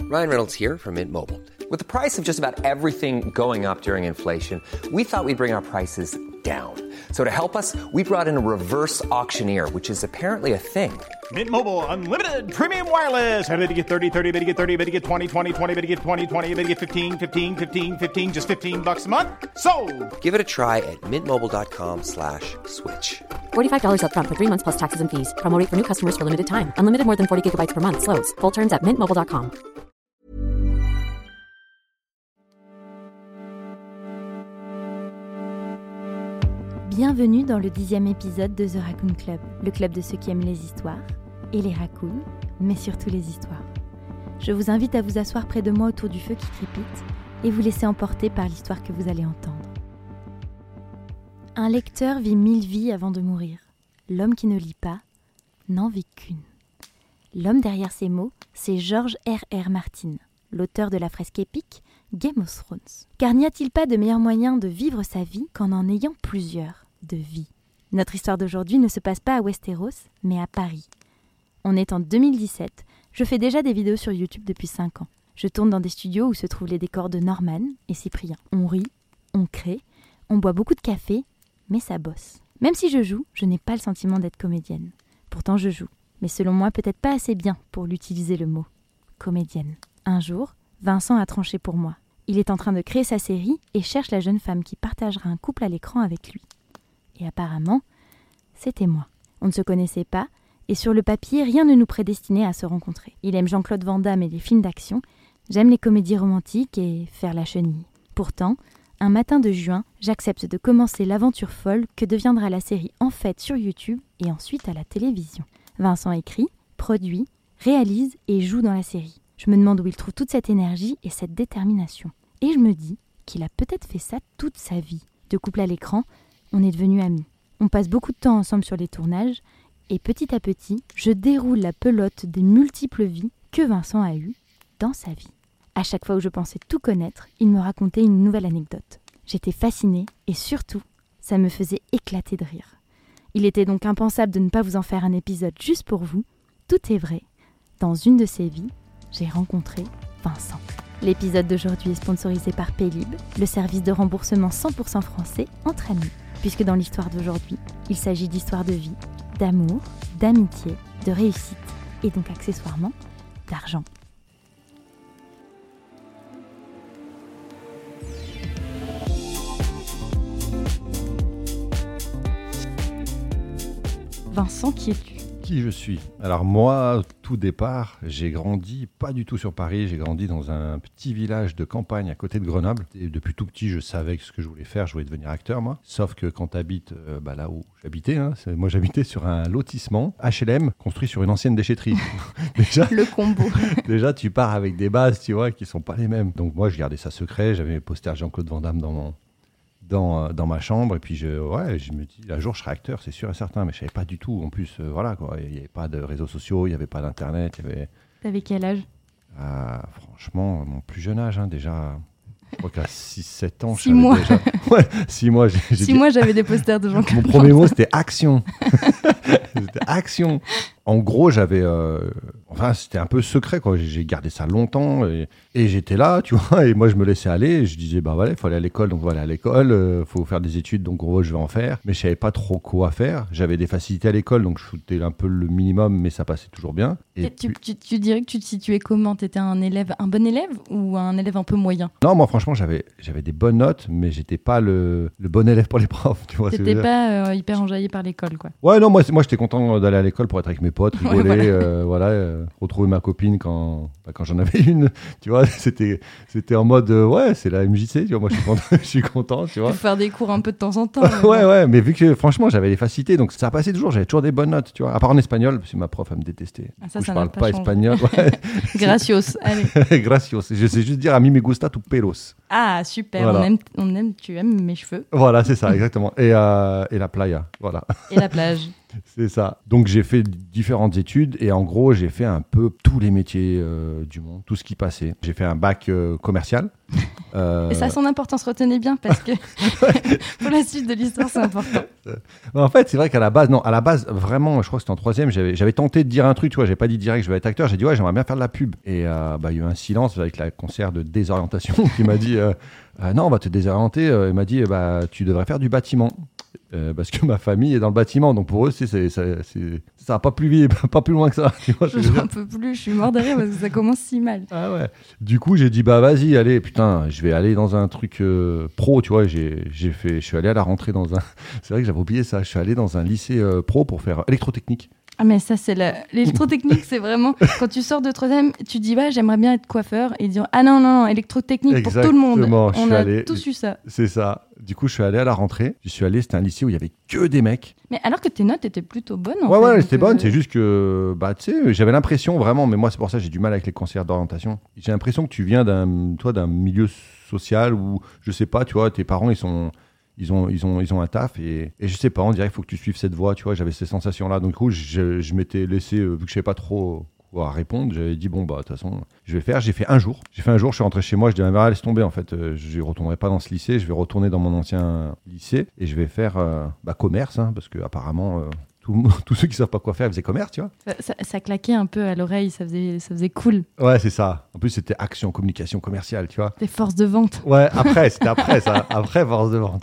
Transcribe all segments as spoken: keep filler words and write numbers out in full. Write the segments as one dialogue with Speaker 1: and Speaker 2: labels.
Speaker 1: Ryan Reynolds here from Mint Mobile. With the price of just about everything going up during inflation, we thought we'd bring our prices down. So to help us, we brought in a reverse auctioneer, which is apparently a thing.
Speaker 2: Mint Mobile Unlimited Premium Wireless. How to get thirty, thirty, how to get thirty, how to get twenty, twenty, twenty, how to get twenty, twenty, how to get fifteen, fifteen, fifteen, fifteen, just fifteen bucks a month? Sold!
Speaker 1: Give it a try at mintmobile.com slash switch.
Speaker 3: forty-five dollars up front for three months plus taxes and fees. Promo rate for new customers for limited time. Unlimited more than forty gigabytes per month. Slows full terms at mint mobile dot com.
Speaker 4: Bienvenue dans le dixième épisode de The Raccoon Club, le club de ceux qui aiment les histoires, et les raccoons, mais surtout les histoires. Je vous invite à vous asseoir près de moi autour du feu qui crépite et vous laisser emporter par l'histoire que vous allez entendre. Un lecteur vit mille vies avant de mourir. L'homme qui ne lit pas n'en vit qu'une. L'homme derrière ces mots, c'est George R R. Martin, l'auteur de la fresque épique Game of Thrones. Car n'y a-t-il pas de meilleur moyen de vivre sa vie qu'en en ayant plusieurs de vie ? Notre histoire d'aujourd'hui ne se passe pas à Westeros, mais à Paris. On est en deux mille dix-sept, je fais déjà des vidéos sur YouTube depuis cinq ans. Je tourne dans des studios où se trouvent les décors de Norman et Cyprien. On rit, on crée, on boit beaucoup de café, mais ça bosse. Même si je joue, je n'ai pas le sentiment d'être comédienne. Pourtant je joue, mais selon moi peut-être pas assez bien pour l'utiliser le mot. Comédienne. Un jour, Vincent a tranché pour moi. Il est en train de créer sa série et cherche la jeune femme qui partagera un couple à l'écran avec lui. Et apparemment, c'était moi. On ne se connaissait pas, et sur le papier, rien ne nous prédestinait à se rencontrer. Il aime Jean-Claude Van Damme et les films d'action, j'aime les comédies romantiques et faire la chenille. Pourtant, un matin de juin, j'accepte de commencer l'aventure folle que deviendra la série en fait sur YouTube et ensuite à la télévision. Vincent écrit, produit, réalise et joue dans la série. Je me demande où il trouve toute cette énergie et cette détermination. Et je me dis qu'il a peut-être fait ça toute sa vie. De couple à l'écran, on est devenus amis. On passe beaucoup de temps ensemble sur les tournages et petit à petit, je déroule la pelote des multiples vies que Vincent a eues dans sa vie. À chaque fois où je pensais tout connaître, il me racontait une nouvelle anecdote. J'étais fascinée et surtout, ça me faisait éclater de rire. Il était donc impensable de ne pas vous en faire un épisode juste pour vous. Tout est vrai. Dans une de ces vies, j'ai rencontré Vincent. L'épisode d'aujourd'hui est sponsorisé par Paylib, le service de remboursement cent pour cent français entre amis. Puisque dans l'histoire d'aujourd'hui, il s'agit d'histoire de vie, d'amour, d'amitié, de réussite et donc accessoirement d'argent. Vincent, qui es-tu ?
Speaker 5: Qui je suis ? Alors moi, tout départ, j'ai grandi pas du tout sur Paris, j'ai grandi dans un petit village de campagne à côté de Grenoble. Et depuis tout petit, je savais ce que je voulais faire, je voulais devenir acteur moi. Sauf que quand tu habites euh, bah, là où j'habitais, hein, c'est, moi j'habitais sur un lotissement H L M construit sur une ancienne déchetterie. déjà,
Speaker 4: Le combo.
Speaker 5: déjà, tu pars avec des bases, tu vois, qui sont pas les mêmes. Donc moi, je gardais ça secret, j'avais mes posters Jean-Claude Van Damme dans mon... Dans, dans ma chambre, et puis je, ouais, je me dis, un jour je serai acteur, c'est sûr et certain, mais je savais pas du tout. En plus, euh, voilà, quoi, il n'y avait pas de réseaux sociaux, il n'y avait pas d'internet. Il y avait...
Speaker 4: T'avais quel âge ?
Speaker 5: Ah, franchement, mon plus jeune âge, hein, déjà, je crois qu'à six sept ans,
Speaker 4: Six
Speaker 5: je savais
Speaker 4: mois.
Speaker 5: déjà. Ouais, six mois. J'ai, j'ai
Speaker 4: Si
Speaker 5: dit...
Speaker 4: moi j'avais des posters de Jean-Claude.
Speaker 5: Mon premier mot, c'était action. C'était action. En gros, j'avais. Euh... Enfin, c'était un peu secret, quoi. J'ai gardé ça longtemps et, et j'étais là, tu vois. Et moi, je me laissais aller. Et je disais, bah voilà, il faut aller à l'école, donc voilà, à l'école. Il euh, faut faire des études, donc en gros, je vais en faire. Mais je savais pas trop quoi faire. J'avais des facilités à l'école, donc je foutais un peu le minimum, mais ça passait toujours bien. Et
Speaker 4: Tu,
Speaker 5: puis...
Speaker 4: tu, tu dirais que tu te situais comment ? T'étais un élève, un bon élève ou un élève un peu moyen ?
Speaker 5: Non, moi, franchement, j'avais, j'avais des bonnes notes, mais j'étais pas le, le bon élève pour les profs, tu vois.
Speaker 4: T'étais pas euh, hyper enjaillé par l'école, quoi.
Speaker 5: Ouais, non, moi, moi j'étais content d'aller à l'école pour être avec mes potes, rigoler,
Speaker 4: Ouais, voilà.
Speaker 5: euh, voilà, euh, retrouver ma copine quand, bah, quand j'en avais une, tu vois, c'était, c'était en mode, euh, ouais, c'est la M J C, tu vois, moi je suis content, je suis content, tu vois.
Speaker 4: Faut faire des cours un peu de temps en temps.
Speaker 5: ouais, ouais, mais vu que franchement j'avais les facilités, donc ça passait toujours, j'avais toujours des bonnes notes, tu vois, à part en espagnol, parce que ma prof elle me détestait.
Speaker 4: Ah, ça,
Speaker 5: Du coup,
Speaker 4: ça
Speaker 5: je
Speaker 4: n'a
Speaker 5: parle
Speaker 4: pas
Speaker 5: pas,
Speaker 4: changé.
Speaker 5: espagnol. Ouais.
Speaker 4: Gracios, allez.
Speaker 5: Gracios, je sais juste dire a mí me gusta tu pelos.
Speaker 4: Ah, super,
Speaker 5: Voilà.
Speaker 4: on, aime, on aime, tu aimes mes cheveux.
Speaker 5: Voilà, c'est ça, exactement. Et, euh, et la playa, voilà.
Speaker 4: Et la plage.
Speaker 5: C'est ça. Donc j'ai fait différentes études et en gros j'ai fait un peu tous les métiers euh, du monde, tout ce qui passait. J'ai fait un bac euh, commercial. Euh...
Speaker 6: Et ça a son importance, retenez bien, parce que pour la suite de l'histoire, c'est important.
Speaker 5: En fait, c'est vrai qu'à la base, non, à la base, vraiment, je crois que c'était en troisième, j'avais, j'avais tenté de dire un truc, tu vois, j'avais pas dit direct, je vais être acteur, j'ai dit ouais, j'aimerais bien faire de la pub. Et euh, bah, il y a eu un silence avec la conseillère de désorientation qui m'a dit euh, euh, non, on va te désorienter. Elle m'a dit bah, tu devrais faire du bâtiment. Euh, parce que ma famille est dans le bâtiment, donc pour eux, c'est, c'est, c'est, c'est, ça va pas plus vite, pas plus loin que ça. Tu vois,
Speaker 6: je n'en peux plus, je suis mort de rire parce que ça commence si mal.
Speaker 5: Ah ouais. Du coup, j'ai dit bah vas-y, allez, putain, je vais aller dans un truc euh, pro, tu vois. J'ai, j'ai fait, je suis allé à la rentrée dans un. C'est vrai que j'avais oublié ça. Je suis allé dans un lycée euh, pro pour faire électrotechnique.
Speaker 6: Ah mais ça c'est la... l'électrotechnique, c'est vraiment quand tu sors de troisième, tu dis ouais j'aimerais bien être coiffeur et ils disent ah non non non électrotechnique. Exactement, pour tout le monde. On a allé... tous eu ça.
Speaker 5: C'est ça. Du coup je suis allé à la rentrée. Je suis allé, c'était un lycée où il y avait que des mecs.
Speaker 6: Mais alors que tes notes étaient plutôt bonnes. En
Speaker 5: ouais
Speaker 6: fait,
Speaker 5: ouais, elles étaient
Speaker 6: euh...
Speaker 5: bonnes. C'est juste que bah tu sais j'avais l'impression vraiment, mais moi c'est pour ça que j'ai du mal avec les conseillères d'orientation. J'ai l'impression que tu viens d'un toi d'un milieu social où je sais pas, tu vois, tes parents ils sont Ils ont, ils, ont, ils ont un taf et, et je sais pas, on dirait qu'il faut que tu suives cette voie, tu vois, j'avais ces sensations-là. Donc du coup, je, je m'étais laissé, euh, vu que je savais pas trop quoi répondre, j'avais dit, bon, bah, de toute façon, je vais faire. J'ai fait un jour. J'ai fait un jour, je suis rentré chez moi, je dis, ah, laisse tomber, en fait, euh, je ne retournerai pas dans ce lycée, je vais retourner dans mon ancien lycée et je vais faire euh, bah, commerce, hein, parce qu'apparemment, euh, tous ceux qui savent pas quoi faire, ils faisaient commerce, tu vois.
Speaker 6: Ça, ça, ça claquait un peu à l'oreille, ça faisait, ça faisait cool.
Speaker 5: Ouais, c'est ça. En plus, c'était action, communication commerciale, tu vois.
Speaker 6: C'était force de vente.
Speaker 5: Ouais, après, c'était après ça. Après, force de vente.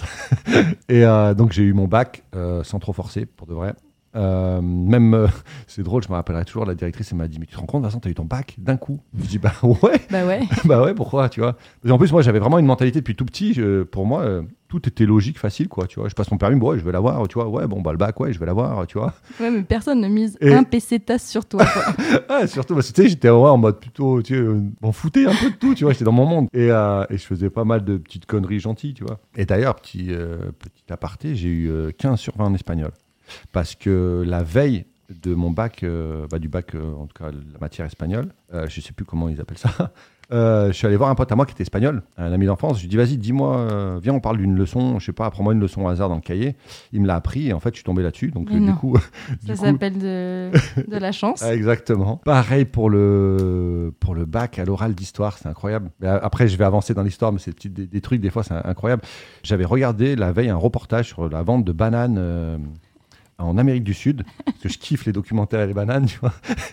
Speaker 5: Et euh, donc, j'ai eu mon bac euh, sans trop forcer, pour de vrai. Euh, même, euh, c'est drôle, je me rappellerai toujours, la directrice, elle m'a dit, mais tu te rends compte, Vincent, t'as eu ton bac d'un coup? Je dis, bah ouais.
Speaker 6: Bah ouais.
Speaker 5: Bah ouais, pourquoi, tu vois. Parce qu'en plus, moi, j'avais vraiment une mentalité depuis tout petit. Je, pour moi, euh, tout était logique, facile, quoi, tu vois. Je passe mon permis, bon, ouais, je vais l'avoir, tu vois. Ouais, bon, bah le bac, ouais, je vais l'avoir, tu vois.
Speaker 6: Ouais, mais personne ne mise
Speaker 5: et...
Speaker 6: un P C tasse sur toi, quoi.
Speaker 5: Ouais, surtout, parce que tu sais, j'étais ouais, en mode plutôt, tu sais, euh, m'en foutais un peu de tout, tu vois. J'étais dans mon monde. Et, euh, et je faisais pas mal de petites conneries gentilles, tu vois. Et d'ailleurs, petit, euh, petit aparté, j'ai eu euh, quinze sur vingt en espagnol. Parce que la veille de mon bac, euh, bah, du bac, euh, en tout cas, la matière espagnole, euh, je ne sais plus comment ils appellent ça, euh, je suis allé voir un pote à moi qui était espagnol, un ami d'enfance. Je lui ai dit, vas-y, dis-moi, euh, viens, on parle d'une leçon, je ne sais pas, apprends-moi une leçon au hasard dans le cahier. Il me l'a appris et en fait, je suis tombé là-dessus. Donc, euh, du coup,
Speaker 6: ça
Speaker 5: du
Speaker 6: s'appelle
Speaker 5: coup...
Speaker 6: de, de la chance.
Speaker 5: Exactement. Pareil pour le, pour le bac à l'oral d'histoire, c'est incroyable. Mais après, je vais avancer dans l'histoire, mais c'est des, des, des trucs, des fois, c'est incroyable. J'avais regardé la veille un reportage sur la vente de bananes. Euh, en Amérique du Sud, parce que je kiffe les documentaires et les bananes, tu vois.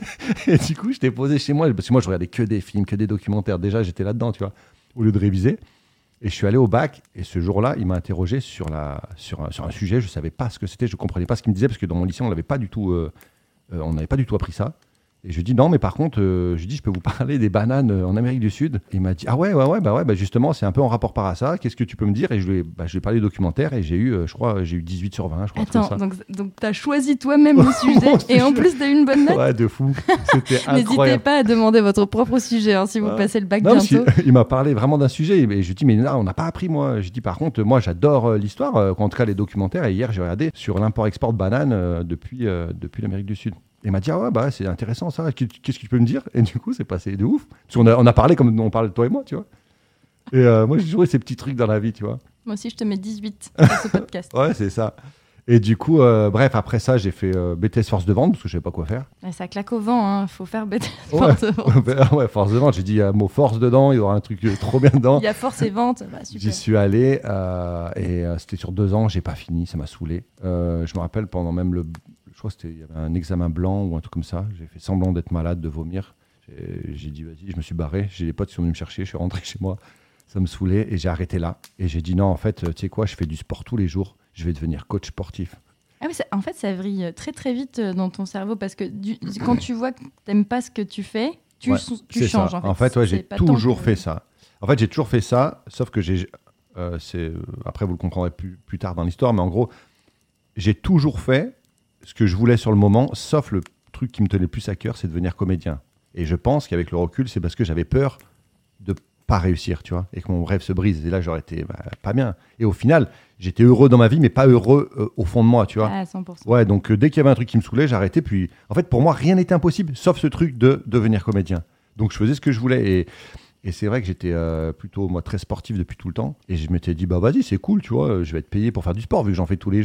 Speaker 5: Et du coup, j'étais posé chez moi, parce que moi, je regardais que des films, que des documentaires. Déjà, j'étais là-dedans, tu vois, au lieu de réviser. Et je suis allé au bac, et ce jour-là, il m'a interrogé sur, la, sur, un, sur un sujet. Je ne savais pas ce que c'était, je ne comprenais pas ce qu'il me disait, parce que dans mon lycée, on n'avait pas du tout, euh, euh, on n'avait pas du tout appris ça. Et je lui ai dit, non, mais par contre, euh, je lui ai dit, je peux vous parler des bananes en Amérique du Sud. Et il m'a dit, ah ouais, ouais, ouais, bah ouais, bah justement, c'est un peu en rapport par à ça. Qu'est-ce que tu peux me dire? Et je lui ai, bah, je lui ai parlé documentaire et j'ai eu, euh, je crois, j'ai eu dix-huit sur vingt. Je crois.
Speaker 6: Attends, ça. donc, donc tu as choisi toi-même le sujet et en plus, tu as eu une bonne note?
Speaker 5: Ouais, de fou. C'était incroyable.
Speaker 6: N'hésitez pas à demander votre propre sujet hein, si vous ouais. passez le bac
Speaker 5: non,
Speaker 6: bientôt.
Speaker 5: Il m'a parlé vraiment d'un sujet. Et je lui ai dit, mais là, on n'a pas appris, moi. Je lui ai dit, par contre, moi, j'adore euh, l'histoire, euh, en tout cas les documentaires. Et hier, j'ai regardé sur l'import-export de bananes euh, depuis, euh, depuis l'Amérique du Sud. Et il m'a dit, ah ouais, bah, c'est intéressant ça, qu'est-ce que tu peux me dire? Et du coup, c'est passé de ouf. Parce qu'on a, on a parlé comme on parle de toi et moi, tu vois. Et euh, moi, j'ai toujours eu ces petits trucs dans la vie, tu vois.
Speaker 6: Moi aussi, je te mets dix-huit sur ce podcast.
Speaker 5: Ouais, c'est ça. Et du coup, euh, bref, après ça, j'ai fait euh, B T S force de vente, parce que je ne savais pas quoi faire.
Speaker 6: Et ça claque au vent, il hein. faut faire B T S
Speaker 5: ouais.
Speaker 6: force de vente.
Speaker 5: Ouais, force de vente, j'ai dit, il y a un mot force dedans, il y aura un truc trop bien dedans.
Speaker 6: Il y a force et vente, bah, super.
Speaker 5: J'y suis allé, euh, et euh, c'était sur deux ans, j'ai pas fini, ça m'a saoulé. Euh, je me rappelle, pendant même le... Je crois qu'il y avait un examen blanc ou un truc comme ça. J'ai fait semblant d'être malade, de vomir. J'ai, j'ai dit, vas-y, je me suis barré. J'ai des potes qui sont venus me chercher. Je suis rentré chez moi. Ça me saoulait et j'ai arrêté là. Et j'ai dit, non, en fait, tu sais quoi, je fais du sport tous les jours. Je vais devenir coach sportif.
Speaker 6: Ah oui, ça, en fait, ça vrille très, très vite dans ton cerveau parce que du, quand tu vois que tu n'aimes pas ce que tu fais, tu,
Speaker 5: ouais,
Speaker 6: tu changes.
Speaker 5: Ça.
Speaker 6: En fait,
Speaker 5: en fait ouais, j'ai toujours
Speaker 6: que...
Speaker 5: fait ça. En fait, j'ai toujours fait ça, sauf que j'ai... Euh, c'est, après, vous le comprendrez plus, plus tard dans l'histoire, mais en gros, j'ai toujours fait ce que je voulais sur le moment, sauf le truc qui me tenait le plus à cœur, c'est devenir comédien. Et je pense qu'avec le recul, c'est parce que j'avais peur de pas réussir, tu vois, et que mon rêve se brise. Et là, j'aurais été bah, pas bien. Et au final, j'étais heureux dans ma vie, mais pas heureux euh, au fond de moi, tu vois.
Speaker 6: Ah, cent pour cent.
Speaker 5: Ouais, donc euh, dès qu'il y avait un truc qui me saoulait, j'arrêtais. Puis, en fait, pour moi, rien n'était impossible, sauf ce truc de devenir comédien. Donc, je faisais ce que je voulais. Et, et c'est vrai que j'étais euh, plutôt, moi, très sportif depuis tout le temps. Et je m'étais dit, bah vas-y, c'est cool, tu vois, je vais être payé pour faire du sport, vu que j'en fais tous les jours.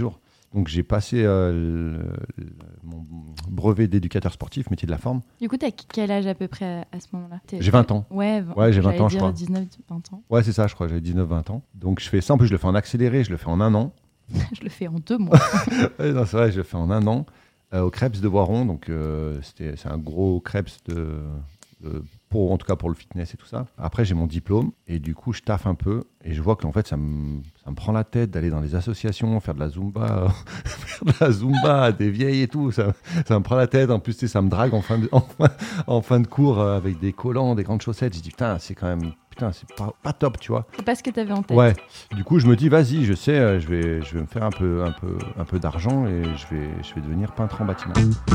Speaker 5: Donc j'ai passé euh, le, le, mon brevet d'éducateur sportif, métier de la forme.
Speaker 6: Du coup, t'as quel âge à peu près à, à ce moment-là? T'es...
Speaker 5: J'ai vingt ans.
Speaker 6: Ouais,
Speaker 5: ouais j'ai vingt ans, je crois.
Speaker 6: dix-neuf vingt ans.
Speaker 5: Ouais, c'est ça, je crois. J'avais dix-neuf vingt ans. Donc je fais ça. En plus, je le fais en accéléré. Je le fais en un an.
Speaker 6: Je le fais en deux mois.
Speaker 5: ouais, non, c'est vrai, je le fais en un an. Euh, au Krebs de Voiron. Donc euh, c'était, c'est un gros Krebs de, de, pour, en tout cas pour le fitness et tout ça. Après, j'ai mon diplôme. Et du coup, je taffe un peu. Et je vois qu'en fait, ça me, ça me prend la tête d'aller dans les associations, faire de la Zumba, faire de la Zumba, des vieilles et tout. Ça, ça me prend la tête. En plus, tu sais, ça me drague en fin de, en fin, en fin de cours euh, avec des collants, des grandes chaussettes. Je dis, putain, c'est quand même... Putain, c'est pas, pas top, tu vois.
Speaker 6: C'est pas ce que tu avais en tête.
Speaker 5: Ouais. Du coup, je me dis, vas-y, je sais, euh, je vais, je vais me faire un peu, un peu, un peu d'argent et je vais, je vais devenir peintre en bâtiment.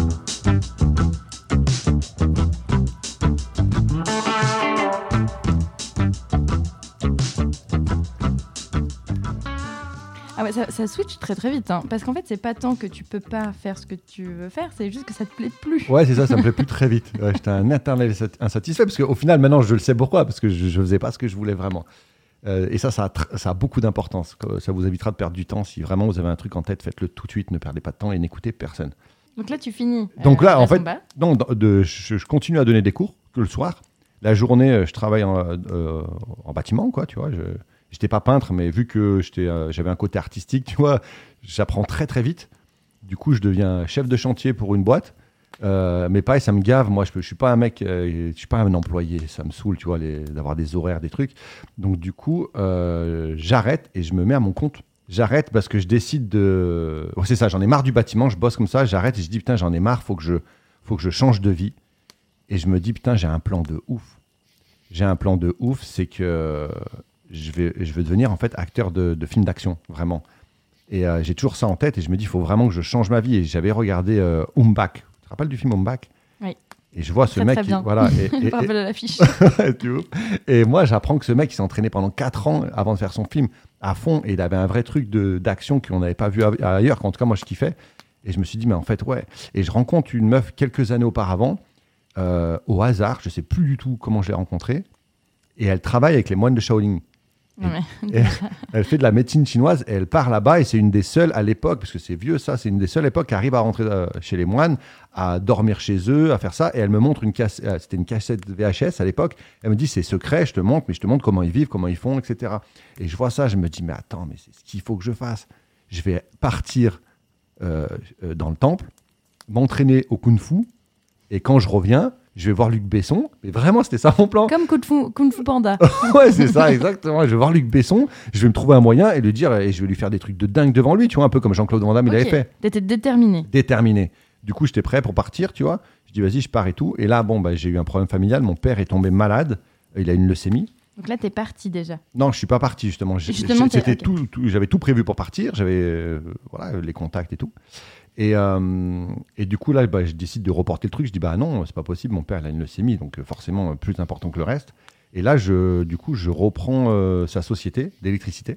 Speaker 6: Ah ouais, ça, ça switch très très vite, hein, parce qu'en fait, c'est pas tant que tu peux pas faire ce que tu veux faire, c'est juste que ça te plaît plus.
Speaker 5: Ouais, c'est ça, ça me plaît plus très vite. Ouais, j'étais un éternel insatisfait, parce qu'au final, maintenant, je le sais pourquoi, parce que je, je faisais pas ce que je voulais vraiment. Euh, et ça, ça a, tr- ça a beaucoup d'importance. Ça vous évitera de perdre du temps. Si vraiment vous avez un truc en tête, faites-le tout de suite, ne perdez pas de temps et n'écoutez personne.
Speaker 6: Donc là, tu finis.
Speaker 5: Donc
Speaker 6: euh,
Speaker 5: là, en fait,
Speaker 6: Zumba.
Speaker 5: non, de, je, je continue à donner des cours que le soir. La journée, je travaille en, euh, en bâtiment, quoi, tu vois. Je, J'étais pas peintre, mais vu que j'étais, euh, j'avais un côté artistique, tu vois, j'apprends très très vite. Du coup, je deviens chef de chantier pour une boîte. Euh, mais pareil, ça me gave. Moi, je ne suis pas un mec, euh, je suis pas un employé. Ça me saoule, tu vois, les, d'avoir des horaires, des trucs. Donc du coup, euh, j'arrête et je me mets à mon compte. J'arrête parce que je décide de... Ouais, c'est ça, j'en ai marre du bâtiment. Je bosse comme ça, j'arrête et je dis, putain, j'en ai marre, faut que je, faut que je change de vie. Et je me dis, putain, j'ai un plan de ouf. J'ai un plan de ouf, c'est que... Je vais, je vais devenir en fait acteur de, de films d'action, vraiment. Et euh, j'ai toujours ça en tête et je me dis, il faut vraiment que je change ma vie. Et j'avais regardé euh, Umbak. Tu te rappelles du film Umbak?
Speaker 6: Oui.
Speaker 5: Et je vois ce
Speaker 6: très,
Speaker 5: mec
Speaker 6: très
Speaker 5: qui...
Speaker 6: bien.
Speaker 5: Voilà, et,
Speaker 6: Je me
Speaker 5: et,
Speaker 6: rappelle
Speaker 5: et,
Speaker 6: de l'affiche.
Speaker 5: tu vois. Et moi, j'apprends que ce mec, il s'est entraîné pendant quatre ans avant de faire son film à fond. Et il avait un vrai truc de, d'action qu'on n'avait pas vu ailleurs, qu'en tout cas, moi, je kiffais. Et je me suis dit, mais en fait, ouais. Et je rencontre une meuf quelques années auparavant, euh, au hasard. Je ne sais plus du tout comment je l'ai rencontrée. Et elle travaille avec les moines de Shaolin. Et,
Speaker 6: Ouais.
Speaker 5: et elle fait de la médecine chinoise et elle part là-bas et c'est une des seules à l'époque, parce que c'est vieux ça, c'est une des seules à l'époque qui arrive à rentrer euh, chez les moines, à dormir chez eux, à faire ça. Et elle me montre une cassette, euh, c'était une cassette V H S à l'époque. Elle me dit, c'est secret, je te montre, mais je te montre comment ils vivent, comment ils font, et cetera. Et je vois ça, je me dis, mais attends, mais c'est ce qu'il faut que je fasse. Je vais partir euh, euh, dans le temple, m'entraîner au kung-fu et quand je reviens, je vais voir Luc Besson. Mais vraiment, c'était ça mon plan.
Speaker 6: Comme Kung Fu, Kung Fu Panda.
Speaker 5: Ouais, c'est ça, exactement. Je vais voir Luc Besson, je vais me trouver un moyen et lui dire, et je vais lui faire des trucs de dingue devant lui, tu vois, un peu comme Jean-Claude Van Damme, il
Speaker 6: Ok.
Speaker 5: avait fait.
Speaker 6: T'étais déterminé.
Speaker 5: Déterminé. Du coup, j'étais prêt pour partir, tu vois. Je dis, vas-y, je pars et tout. Et là, bon, bah, j'ai eu un problème familial. Mon père est tombé malade. Il a une leucémie.
Speaker 6: Donc là, t'es parti déjà.
Speaker 5: Non, je suis pas parti, justement. J'ai-
Speaker 6: Justement,
Speaker 5: j'ai- c'était
Speaker 6: t'es- ok.
Speaker 5: tout, tout- j'avais tout prévu pour partir. J'avais euh, voilà, les contacts et tout. Et, euh, et du coup, là, bah, je décide de reporter le truc. Je dis, bah non, c'est pas possible. Mon père, il a une leucémie, donc euh, forcément euh, plus important que le reste. Et là, je, du coup, je reprends euh, sa société d'électricité.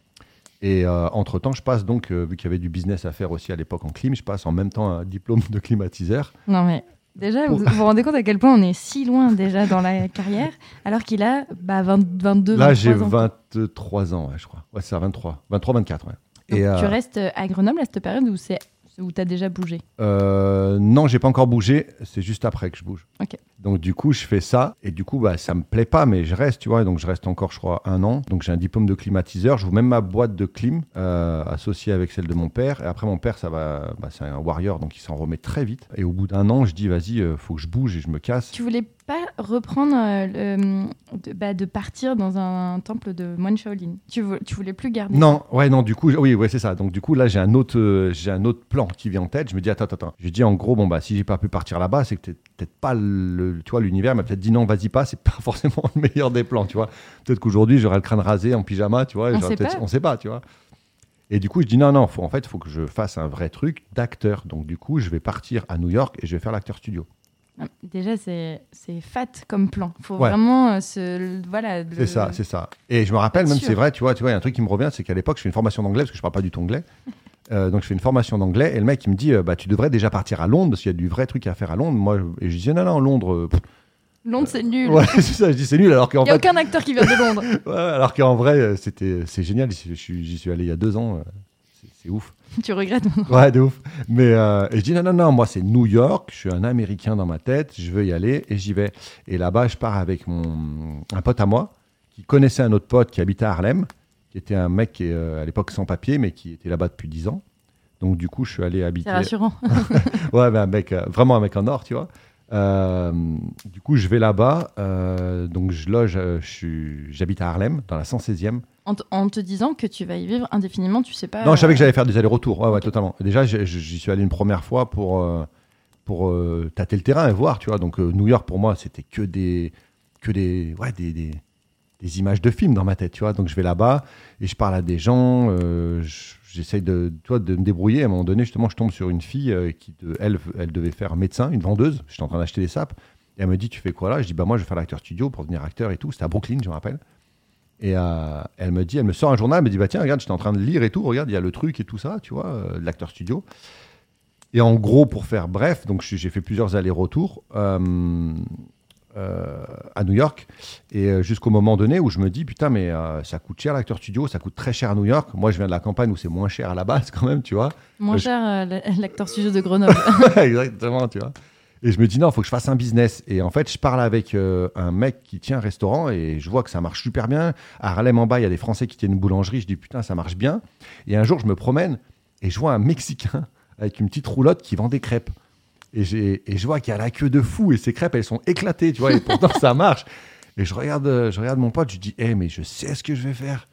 Speaker 5: Et euh, entre-temps, je passe donc, euh, vu qu'il y avait du business à faire aussi à l'époque en clim, je passe en même temps un diplôme de climatiseur.
Speaker 6: Non mais déjà, vous vous vous rendez compte à quel point on est si loin déjà dans la carrière, alors qu'il a bah, vingt, vingt-deux,
Speaker 5: Là,
Speaker 6: vingt-trois
Speaker 5: j'ai
Speaker 6: ans.
Speaker 5: vingt-trois ans, ouais, je crois. Ouais, c'est ça, vingt-trois. vingt-trois, vingt-quatre, ouais.
Speaker 6: Donc,
Speaker 5: Et,
Speaker 6: tu
Speaker 5: euh,
Speaker 6: restes à Grenoble à cette période où c'est où t'as déjà bougé.
Speaker 5: Euh, non, j'ai pas encore bougé. C'est juste après que je bouge.
Speaker 6: Ok.
Speaker 5: Donc du coup, je fais ça et du coup, bah, ça me plaît pas, mais je reste, tu vois. Donc je reste encore, je crois, un an. Donc j'ai un diplôme de climatiseur. Je vous même ma boîte de clim euh, associée avec celle de mon père. Et après, mon père, ça va, bah, c'est un warrior, donc il s'en remet très vite. Et au bout d'un an, je dis, vas-y, euh, faut que je bouge et je me casse.
Speaker 6: Tu voulais pas reprendre euh, le, de, bah, de partir dans un temple de moine Shaolin. Tu, vou- tu voulais plus garder.
Speaker 5: Non, ouais, non, du coup, j- oui, ouais, c'est ça. Donc, du coup, là, j'ai un autre, euh, j'ai un autre plan qui vient en tête. Je me dis, attends, attends, attends. Je dis, en gros, bon, bah, si j'ai pas pu partir là-bas, c'est que t'es peut-être pas le, tu vois, l'univers m'a peut-être dit non, vas-y pas. C'est pas forcément le meilleur des plans, tu vois. Peut-être qu'aujourd'hui, j'aurais le crâne rasé en pyjama, tu vois. et
Speaker 6: On
Speaker 5: j'aurais
Speaker 6: sait
Speaker 5: peut-être-
Speaker 6: pas.
Speaker 5: on sait pas, tu vois. Et du coup, je dis, non, non, faut, en fait, il faut que je fasse un vrai truc d'acteur. Donc, du coup, je vais partir à New York et je vais faire l'acteur studio.
Speaker 6: Ah, déjà, c'est, c'est fat comme plan. Faut
Speaker 5: Ouais.
Speaker 6: vraiment euh, se. Voilà. le-
Speaker 5: C'est ça, c'est ça. Et je me rappelle,
Speaker 6: Bien
Speaker 5: même,
Speaker 6: sûr.
Speaker 5: c'est vrai, tu vois, tu vois, il y a un truc qui me revient, c'est qu'à l'époque, je fais une formation d'anglais, parce que je parle pas du tout anglais. Euh, donc, je fais une formation d'anglais, et le mec, il me dit, euh, bah, tu devrais déjà partir à Londres, parce qu'il y a du vrai truc à faire à Londres. Moi, je- et je disais, non, non, Londres, euh, pff,
Speaker 6: Londres, c'est nul.
Speaker 5: ouais, c'est ça, je dis, c'est nul, alors qu'en
Speaker 6: Il n'y a
Speaker 5: fait,
Speaker 6: aucun acteur qui vient de Londres.
Speaker 5: ouais, alors qu'en vrai, euh, c'était, c'est génial, j'y suis, j'y suis allé il y a deux ans, euh, c'est, c'est ouf.
Speaker 6: Tu regrettes maintenant?
Speaker 5: Ouais, de ouf. Mais euh, et je dis non, non, non, moi c'est New York, je suis un Américain dans ma tête, je veux y aller et j'y vais. Et là-bas, je pars avec mon un pote à moi qui connaissait un autre pote qui habitait à Harlem, qui était un mec qui est euh, à l'époque sans papier, mais qui était là-bas depuis dix ans. Donc du coup, je suis allé habiter.
Speaker 6: C'est rassurant.
Speaker 5: Ouais, mais un mec, euh, vraiment un mec en or, tu vois. Euh, du coup, je vais là-bas, euh, donc je loge, euh, je suis, j'habite à Harlem, dans la cent seizième.
Speaker 6: En, t- en te disant que tu vas y vivre indéfiniment, tu sais pas...
Speaker 5: Non, je savais que j'allais faire des allers-retours, ouais, ouais, totalement. Déjà, j'y, j'y suis allé une première fois pour, euh, pour euh, tâter le terrain et voir, tu vois. Donc, euh, New York, pour moi, c'était que des, que des, ouais, des, des, des images de films dans ma tête, tu vois. Donc, je vais là-bas et je parle à des gens, euh, je, j'essaye de, toi, de me débrouiller. À un moment donné, justement, je tombe sur une fille euh, qui, de, elle, elle devait faire médecin, une vendeuse. J'étais en train d'acheter des sapes. Et elle me dit, tu fais quoi là? Je dis, bah moi, je vais faire l'acteur studio pour devenir acteur et tout. C'était à Brooklyn, je me rappelle. Et euh, elle me dit, elle me sort un journal, elle me dit, bah tiens, regarde, j'étais en train de lire et tout. Regarde, il y a le truc et tout ça, tu vois, euh, l'acteur studio. Et en gros, pour faire bref, donc j'ai fait plusieurs allers-retours euh, euh, à New York. Et euh, jusqu'au moment donné où je me dis, putain, mais euh, ça coûte cher l'acteur studio, ça coûte très cher à New York. Moi, je viens de la campagne où c'est moins cher à la base quand même, tu vois.
Speaker 6: Moins
Speaker 5: euh,
Speaker 6: cher euh, l'acteur studio de Grenoble.
Speaker 5: Exactement, tu vois. Et je me dis, non, il faut que je fasse un business. Et en fait, je parle avec euh, un mec qui tient un restaurant et je vois que ça marche super bien. À Harlem, en bas, il y a des Français qui tiennent une boulangerie. Je dis, putain, ça marche bien. Et un jour, je me promène et je vois un Mexicain avec une petite roulotte qui vend des crêpes. Et, j'ai, et je vois qu'il y a la queue de fou et ces crêpes, elles sont éclatées, tu vois. Et pourtant, ça marche. Et je regarde, je regarde mon pote, je dis, hé, hey, mais je sais ce que je vais faire.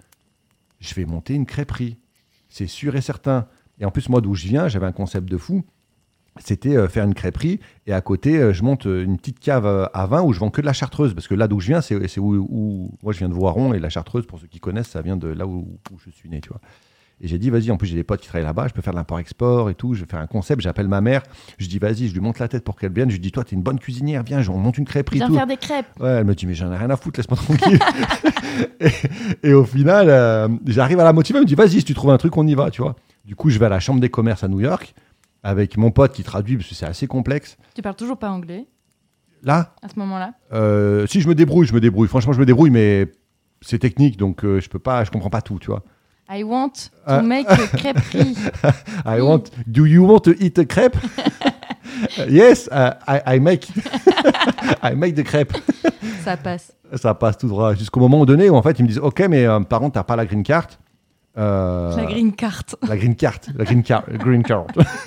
Speaker 5: Je vais monter une crêperie. C'est sûr et certain. Et en plus, moi, d'où je viens, j'avais un concept de fou. C'était euh, faire une crêperie et à côté, euh, je monte une petite cave euh, à vin où je vends que de la chartreuse. Parce que là d'où je viens, c'est, c'est où, où... Moi, je viens de Voiron et la chartreuse, pour ceux qui connaissent, ça vient de là où, où je suis né, tu vois. Et j'ai dit, vas-y, en plus, j'ai des potes qui travaillent là-bas, je peux faire de l'import-export et tout. Je vais faire un concept, j'appelle ma mère. Je dis, vas-y, je lui monte la tête pour qu'elle vienne. Je lui dis, toi, t'es une bonne cuisinière, viens, on monte une crêperie.
Speaker 6: Viens
Speaker 5: tout.
Speaker 6: faire des crêpes.
Speaker 5: Ouais, elle me dit, mais j'en ai rien à foutre, laisse-moi tranquille. et, et au final, euh, j'arrive à la motiver, elle me dit, vas-y, si tu trouves un truc, on y va, tu vois. Du coup, je vais à la Chambre des commerces à New York. Avec mon pote qui traduit, parce que c'est assez complexe.
Speaker 6: Tu parles toujours pas anglais?
Speaker 5: Là?
Speaker 6: À ce moment-là?
Speaker 5: euh, Si, je me débrouille, je me débrouille. Franchement, je me débrouille, mais c'est technique, donc euh, je peux pas, je comprends pas tout, tu vois.
Speaker 6: I want to
Speaker 5: uh,
Speaker 6: make a crêperie.
Speaker 5: I want... Do you want to eat a crepe? Yes, uh, I, I make... I make the crepe.
Speaker 6: Ça passe.
Speaker 5: Ça passe tout droit. Jusqu'au moment donné où, en fait, ils me disent, OK, mais euh, par contre, t'as pas la green card. Euh,
Speaker 6: la green card.
Speaker 5: La green card. La green card. Green card.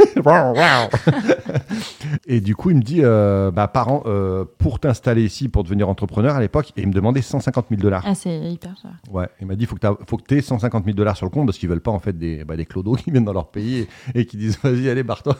Speaker 5: Et du coup, il me dit, euh, bah, par an, euh, pour t'installer ici, pour devenir entrepreneur à l'époque, et il me demandait cent cinquante mille dollars.
Speaker 6: Ah, c'est hyper cher.
Speaker 5: Ouais, il m'a dit, faut que faut que tu aies cent cinquante mille dollars sur le compte parce qu'ils veulent pas en fait des, bah, des clodos qui viennent dans leur pays et, et qui disent, vas-y, allez, barre-toi.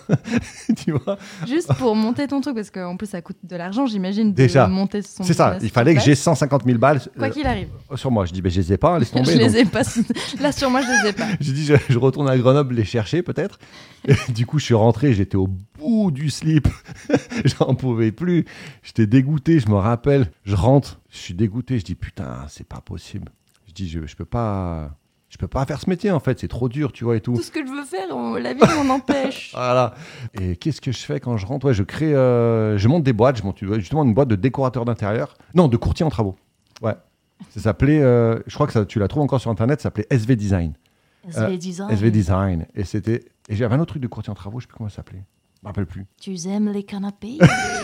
Speaker 5: Tu vois.
Speaker 6: Juste pour monter ton truc, parce qu'en plus, ça coûte de l'argent, j'imagine, de
Speaker 5: Déjà,
Speaker 6: monter son
Speaker 5: c'est ça, il fallait que j'ai cent cinquante mille balles.
Speaker 6: Quoi qu'il arrive.
Speaker 5: Euh, sur moi. Je dis, bah, je les ai pas, laisse tomber.
Speaker 6: je
Speaker 5: donc...
Speaker 6: les ai pas. Là, sur moi, je les ai pas.
Speaker 5: J'ai dit, je, je retourne à Grenoble les chercher, peut-être. Et du coup, je suis rentré, j'étais au bout du slip. J'en pouvais plus. J'étais dégoûté, je me rappelle. Je rentre, je suis dégoûté. Je dis, putain, c'est pas possible. Je dis, je, je peux pas... Je peux pas faire ce métier, en fait. C'est trop dur, tu vois, et tout.
Speaker 6: Tout ce que je veux faire, on, la vie m'en empêche.
Speaker 5: Voilà. Et qu'est-ce que je fais quand je rentre? Ouais, je crée... Euh, je monte des boîtes. Je monte justement une boîte de décorateur d'intérieur. Non, de courtier en travaux. Ouais. Ça s'appelait... Euh, je crois que ça, tu la trouves encore sur Internet. Ça s'appelait S V Design.
Speaker 6: S V Design.
Speaker 5: Euh, S V Design. Et c'était... Et j'avais un autre truc de courtier en travaux. Je sais plus comment ça s'appelait. Je me rappelle plus.
Speaker 6: Tu aimes les canapés,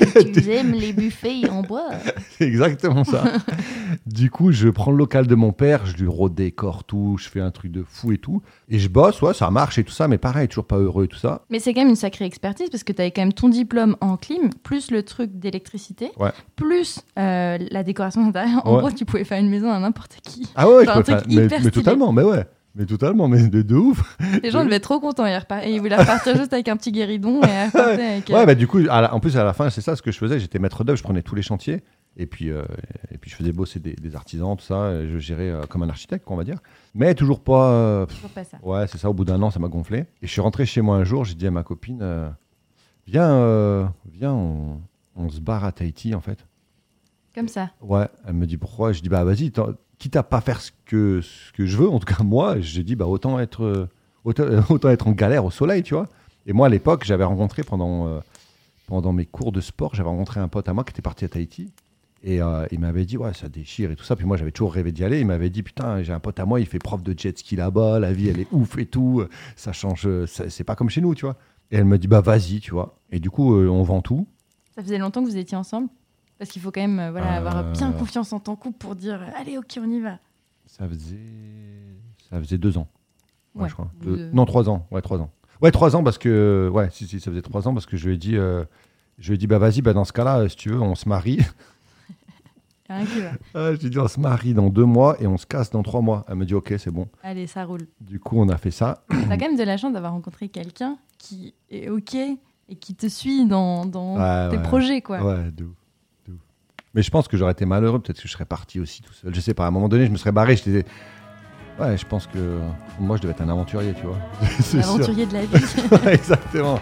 Speaker 6: tu aimes les buffets en bois.
Speaker 5: C'est exactement ça. Du coup, je prends le local de mon père, je lui redécore tout, je fais un truc de fou et tout. Et je bosse, ouais, ça marche et tout ça, mais pareil, toujours pas heureux et tout ça.
Speaker 6: Mais c'est quand même une sacrée expertise parce que tu avais quand même ton diplôme en clim, plus le truc d'électricité,
Speaker 5: ouais.
Speaker 6: plus euh, la décoration d'intérieur. En ouais. gros, tu pouvais faire une maison à n'importe qui.
Speaker 5: Ah ouais, je
Speaker 6: pouvais
Speaker 5: faire, mais, mais totalement, mais ouais. Mais totalement, mais de, de ouf.
Speaker 6: Les gens devaient être trop contents. Ils, repart... ils voulaient repartir juste avec un petit guéridon. Et repartir avec, euh...
Speaker 5: Ouais, bah du coup, la... en plus, à la fin, c'est ça ce que je faisais. J'étais maître d'œuvre, je prenais tous les chantiers. Et puis, euh... et puis je faisais bosser des, des artisans, tout ça. Et je gérais euh, comme un architecte, on va dire. Mais toujours pas. Euh...
Speaker 6: Toujours pas ça.
Speaker 5: Ouais, c'est ça. Au bout d'un an, ça m'a gonflé. Et je suis rentré chez moi un jour. J'ai dit à ma copine euh... Viens, euh... viens on... on se barre à Tahiti, en fait.
Speaker 6: Comme ça.
Speaker 5: Ouais, elle me dit pourquoi. Je dis, bah vas-y, quitte à pas faire ce que, ce que je veux, en tout cas moi, j'ai dit, bah autant être, euh, autant, autant être en galère au soleil, tu vois. Et moi, à l'époque, j'avais rencontré pendant, euh, pendant mes cours de sport, j'avais rencontré un pote à moi qui était parti à Tahiti. Et euh, il m'avait dit, ouais, ça déchire et tout ça. Puis moi, j'avais toujours rêvé d'y aller. Il m'avait dit, putain, j'ai un pote à moi, il fait prof de jet ski là-bas, la vie, elle est ouf et tout. Ça change, ça, c'est pas comme chez nous, tu vois. Et elle me dit, bah vas-y, tu vois. Et du coup, euh, on vend tout. Ça
Speaker 6: faisait longtemps que vous étiez ensemble ? Parce qu'il faut quand même euh, voilà, euh... avoir bien confiance en ton couple pour dire, allez, ok, on y va.
Speaker 5: Ça faisait, ça faisait deux ans. Ouais,
Speaker 6: ouais
Speaker 5: je crois.
Speaker 6: Deux... De...
Speaker 5: Non, trois ans. Ouais, trois ans. Ouais, trois ans parce que, ouais, si, si, ça faisait trois ans parce que je lui ai dit, euh, je lui ai dit, bah vas-y, bah dans ce cas-là, si tu veux, on se marie.
Speaker 6: Ah,
Speaker 5: je lui ai dit, on se marie dans deux mois et on se casse dans trois mois. Elle me dit, ok, c'est bon.
Speaker 6: Allez, ça roule.
Speaker 5: Du coup, on a fait ça.
Speaker 6: T'as quand même de la chance d'avoir rencontré quelqu'un qui est ok et qui te suit dans, dans
Speaker 5: ouais,
Speaker 6: tes
Speaker 5: ouais.
Speaker 6: projets, quoi.
Speaker 5: Ouais, de ouf, de ouf. Mais je pense que j'aurais été malheureux. Peut-être que je serais parti aussi tout seul. Je sais pas. À un moment donné, je me serais barré. J'étais... Ouais, je pense que moi, je devais être un aventurier, tu vois.
Speaker 6: Un aventurier de la vie.
Speaker 5: Ouais, exactement.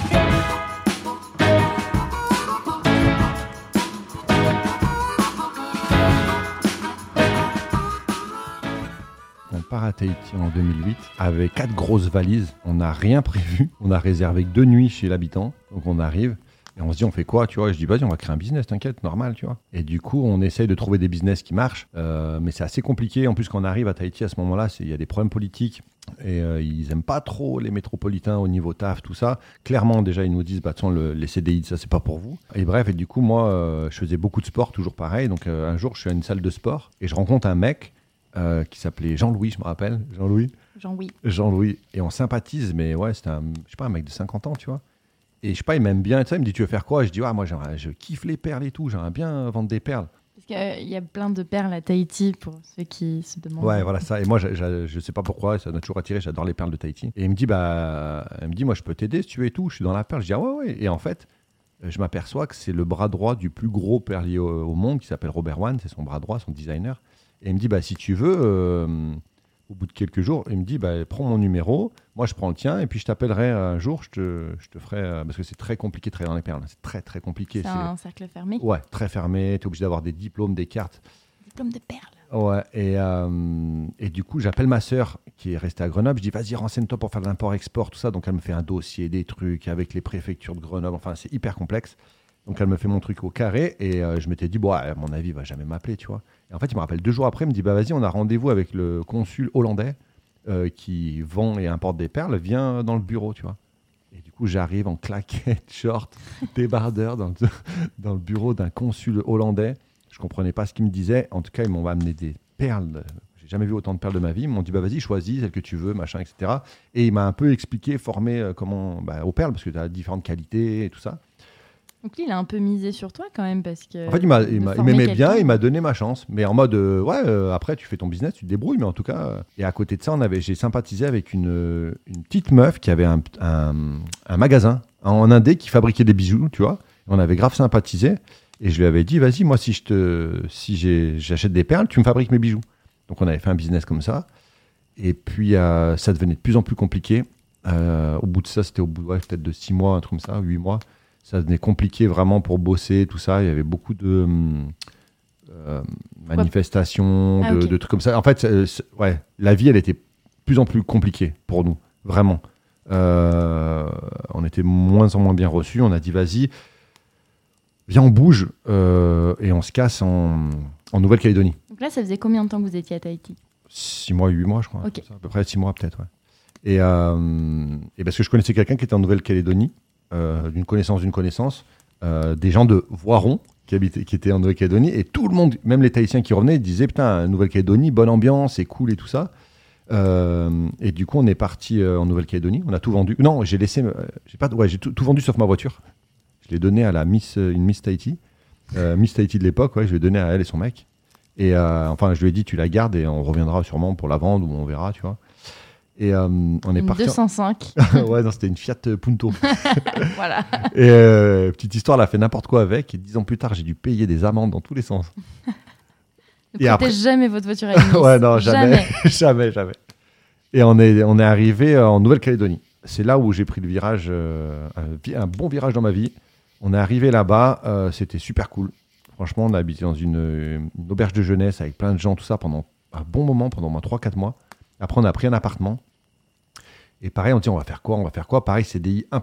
Speaker 5: On part à Tahiti en deux mille huit avec quatre grosses valises. On n'a rien prévu. On a réservé que deux nuits chez l'habitant. Donc on arrive et on se dit on fait quoi, tu vois. Et je dis vas-y, on va créer un business, t'inquiète, normal, tu vois. Et du coup on essaye de trouver des business qui marchent, euh, mais c'est assez compliqué. En plus quand on arrive à Tahiti à ce moment-là, il y a des problèmes politiques et euh, ils aiment pas trop les métropolitains au niveau taf, tout ça. Clairement déjà ils nous disent bah de toute façon, le, les C D I ça c'est pas pour vous. Et bref, et du coup moi euh, je faisais beaucoup de sport, toujours pareil. Donc euh, un jour je suis à une salle de sport et je rencontre un mec. Euh, qui s'appelait Jean-Louis, je me rappelle. Jean-Louis.
Speaker 6: Jean-Louis.
Speaker 5: Jean-Louis. Et on sympathise, mais ouais, c'était un, je sais pas, un mec de cinquante ans, tu vois. Et je sais pas, il m'aime bien. Et ça, il me dit, tu veux faire quoi ? Et je dis, ouais, moi, je kiffe les perles et tout. J'aimerais bien vendre des perles.
Speaker 6: Parce qu'il euh, y a plein de perles à Tahiti, pour ceux qui se demandent.
Speaker 5: Ouais, voilà ça. Et moi, je, je, je sais pas pourquoi, ça m'a toujours attiré. J'adore les perles de Tahiti. Et il me dit, bah, il me dit, moi, je peux t'aider si tu veux et tout. Je suis dans la perle. Je dis, ah ouais, ouais. Et en fait, je m'aperçois que c'est le bras droit du plus gros perlier au, au monde, qui s'appelle Robert One. C'est son bras droit, son designer. Et il me dit, bah, si tu veux, euh, au bout de quelques jours, il me dit, bah, prends mon numéro, moi je prends le tien, et puis je t'appellerai un jour, je te, je te ferai... Euh, parce que c'est très compliqué de travailler dans les perles, c'est très très compliqué.
Speaker 6: C'est, c'est un cercle fermé.
Speaker 5: Ouais, très fermé, tu es obligé d'avoir des diplômes, des cartes.
Speaker 6: Diplômes de perles.
Speaker 5: Ouais, et, euh, et du coup, j'appelle ma sœur qui est restée à Grenoble, je dis, vas-y, renseigne-toi pour faire de l'import-export, tout ça, donc elle me fait un dossier, des trucs, avec les préfectures de Grenoble, enfin c'est hyper complexe. Donc elle me fait mon truc au carré et euh, je m'étais dit, bon, à mon avis, il va jamais m'appeler, tu vois. Et en fait, il me rappelle deux jours après, il me dit, bah vas-y, on a rendez-vous avec le consul hollandais euh, qui vend et importe des perles, viens dans le bureau, tu vois. Et du coup, j'arrive en claquette, short, débardeur dans le, dans le bureau d'un consul hollandais. Je comprenais pas ce qu'il me disait. En tout cas, ils m'ont amené des perles. J'ai jamais vu autant de perles de ma vie. Ils m'ont dit, bah vas-y, choisis celle que tu veux, machin, et cetera. Et il m'a un peu expliqué, formé euh, comment, bah, aux perles, parce que tu as différentes qualités et tout ça.
Speaker 6: Donc lui, il a un peu misé sur toi quand même parce que.
Speaker 5: En fait, il, m'a, il, m'a, il m'aimait bien, il m'a donné ma chance. Mais en mode, euh, ouais, euh, après, tu fais ton business, tu te débrouilles. Mais en tout cas, euh, et à côté de ça, on avait, j'ai sympathisé avec une, une petite meuf qui avait un, un, un magasin en Indé qui fabriquait des bijoux, tu vois. On avait grave sympathisé. Et je lui avais dit, vas-y, moi, si, je te, si j'ai, j'achète des perles, tu me fabriques mes bijoux. Donc, on avait fait un business comme ça. Et puis, euh, ça devenait de plus en plus compliqué. Euh, au bout de ça, c'était au bout ouais, peut-être de six mois, un truc comme ça, huit mois. Ça devenait compliqué vraiment pour bosser, tout ça. Il y avait beaucoup de euh, manifestations,
Speaker 6: ah,
Speaker 5: de,
Speaker 6: okay.
Speaker 5: de trucs comme ça. En fait, ouais, la vie, elle était de plus en plus compliquée pour nous, vraiment. Euh, on était moins en moins bien reçus. On a dit, vas-y, viens, on bouge euh, et on se casse en, en Nouvelle-Calédonie.
Speaker 6: Donc là, ça faisait combien de temps que vous étiez à Tahiti ?
Speaker 5: Six mois, huit mois, je crois.
Speaker 6: Okay.
Speaker 5: Ça, à peu près six mois, peut-être, ouais. Et, euh, et parce que je connaissais quelqu'un qui était en Nouvelle-Calédonie, Euh, d'une connaissance d'une connaissance, euh, des gens de Voiron qui, habitaient, qui étaient en Nouvelle-Calédonie, et tout le monde, même les Tahitiens qui revenaient, disaient putain, Nouvelle-Calédonie, bonne ambiance, c'est cool et tout ça. Euh, et du coup, on est parti euh, en Nouvelle-Calédonie, on a tout vendu. Non, j'ai laissé, euh, j'ai pas, ouais, j'ai tout, tout vendu sauf ma voiture. Je l'ai donné à la Miss, une Miss Tahiti, euh, Miss Tahiti de l'époque, ouais, je l'ai donné à elle et son mec. Et euh, enfin, je lui ai dit, tu la gardes et on reviendra sûrement pour la vendre ou on verra, tu vois. Et euh, on est
Speaker 6: une
Speaker 5: parti.
Speaker 6: deux cent cinq.
Speaker 5: En... ouais, non, c'était une Fiat Punto.
Speaker 6: Voilà.
Speaker 5: Et euh, petite histoire, elle a fait n'importe quoi avec. Et dix ans plus tard, j'ai dû payer des amendes dans tous les sens.
Speaker 6: Ne prêtez après... jamais votre voiture à une Miss.
Speaker 5: Ouais, non, jamais. Jamais, jamais, jamais. Et on est, on est arrivé en Nouvelle-Calédonie. C'est là où j'ai pris le virage, euh, un, un bon virage dans ma vie. On est arrivé là-bas, euh, c'était super cool. Franchement, on a habité dans une, une auberge de jeunesse avec plein de gens, tout ça, pendant un bon moment, pendant au moins trois quatre mois. Après, on a pris un appartement. Et pareil, on dit, on va faire quoi On va faire quoi Pareil, C D I, impossible.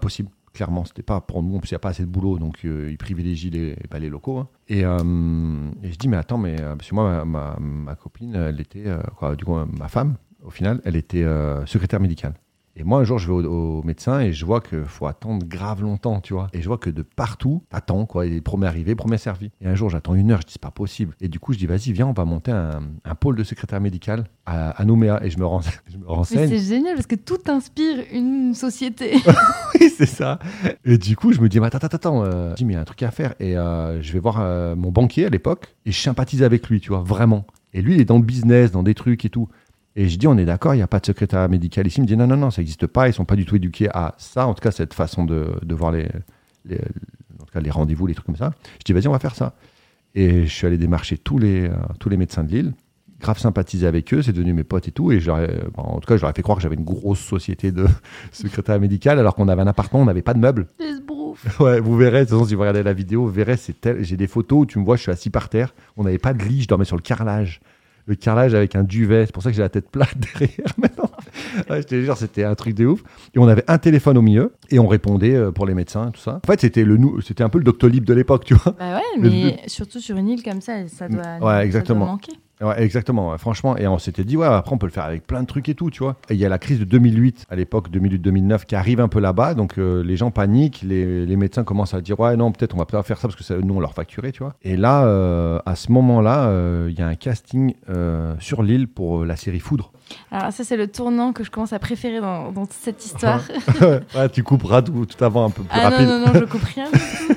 Speaker 5: clairement, c'était pas pour nous. En plus, il n'y a pas assez de boulot, donc euh, ils privilégient les, bah, les locaux. Hein. Et, euh, et je dis, mais attends, mais euh, parce que moi, ma, ma, ma copine, elle était, euh, quoi, du coup, ma femme, au final, elle était euh, secrétaire médicale. Et moi, un jour, je vais au, au médecin et je vois qu'il faut attendre grave longtemps, tu vois. Et je vois que de partout, t'attends, quoi. Les premiers arrivés, premiers servis. Et un jour, j'attends une heure, je dis, c'est pas possible. Et du coup, je dis, vas-y, viens, on va monter un, un pôle de secrétaire médical à, à Nouméa. Et je me, renseigne, je me renseigne.
Speaker 6: Mais c'est génial parce que tout inspire une société.
Speaker 5: Oui, c'est ça. Et du coup, je me dis, mais attends, attends, attends. Euh, je dis, mais il y a un truc à faire. Et euh, je vais voir euh, mon banquier à l'époque et je sympathise avec lui, tu vois, vraiment. Et lui, il est dans le business, dans des trucs et tout. Et je dis, on est d'accord, il n'y a pas de secrétaire médical ici. Il me dit, non, non, non, ça n'existe pas. Ils ne sont pas du tout éduqués à ça, en tout cas, cette façon de, de voir les, les, en tout cas, les rendez-vous, les trucs comme ça. Je dis, vas-y, on va faire ça. Et je suis allé démarcher tous les, euh, tous les médecins de Lille, grave sympathisé avec eux, c'est devenu mes potes et tout. Et je leur ai, bon, en tout cas, je leur ai fait croire que j'avais une grosse société de secrétaire médical, alors qu'on avait un appartement, on n'avait pas de meubles. Ouais, vous verrez, de toute façon, si vous regardez la vidéo, vous verrez, c'est tel... j'ai des photos où tu me vois, je suis assis par terre. On n'avait pas de lit, je dormais sur le carrelage. Le carrelage avec un duvet, c'est pour ça que j'ai la tête plate derrière maintenant. Ouais, je te jure, c'était un truc de ouf. Et on avait un téléphone au milieu et on répondait pour les médecins et tout ça. En fait, c'était, le, c'était un peu le Doctolib de l'époque, tu vois.
Speaker 6: Bah ouais, mais le... surtout sur une île comme ça, ça doit,
Speaker 5: ouais, exactement.
Speaker 6: Ça doit manquer.
Speaker 5: Ouais, exactement, ouais, franchement. Et on s'était dit, ouais, après, on peut le faire avec plein de trucs et tout, tu vois. Et il y a la crise de deux mille huit, à l'époque, deux mille huit deux mille neuf, qui arrive un peu là-bas. Donc, euh, les gens paniquent, les, les médecins commencent à dire, ouais, non, peut-être on va pas faire ça parce que ça, nous, on leur facturait, tu vois. Et là, euh, à ce moment-là, il euh, y a un casting euh, sur l'île pour euh, la série Foudre.
Speaker 6: Alors, ça, c'est le tournant que je commence à préférer dans, dans cette histoire.
Speaker 5: Ouais, tu couperas tout, tout avant un peu plus
Speaker 6: ah,
Speaker 5: rapide.
Speaker 6: Non, non, non, je coupe rien du tout.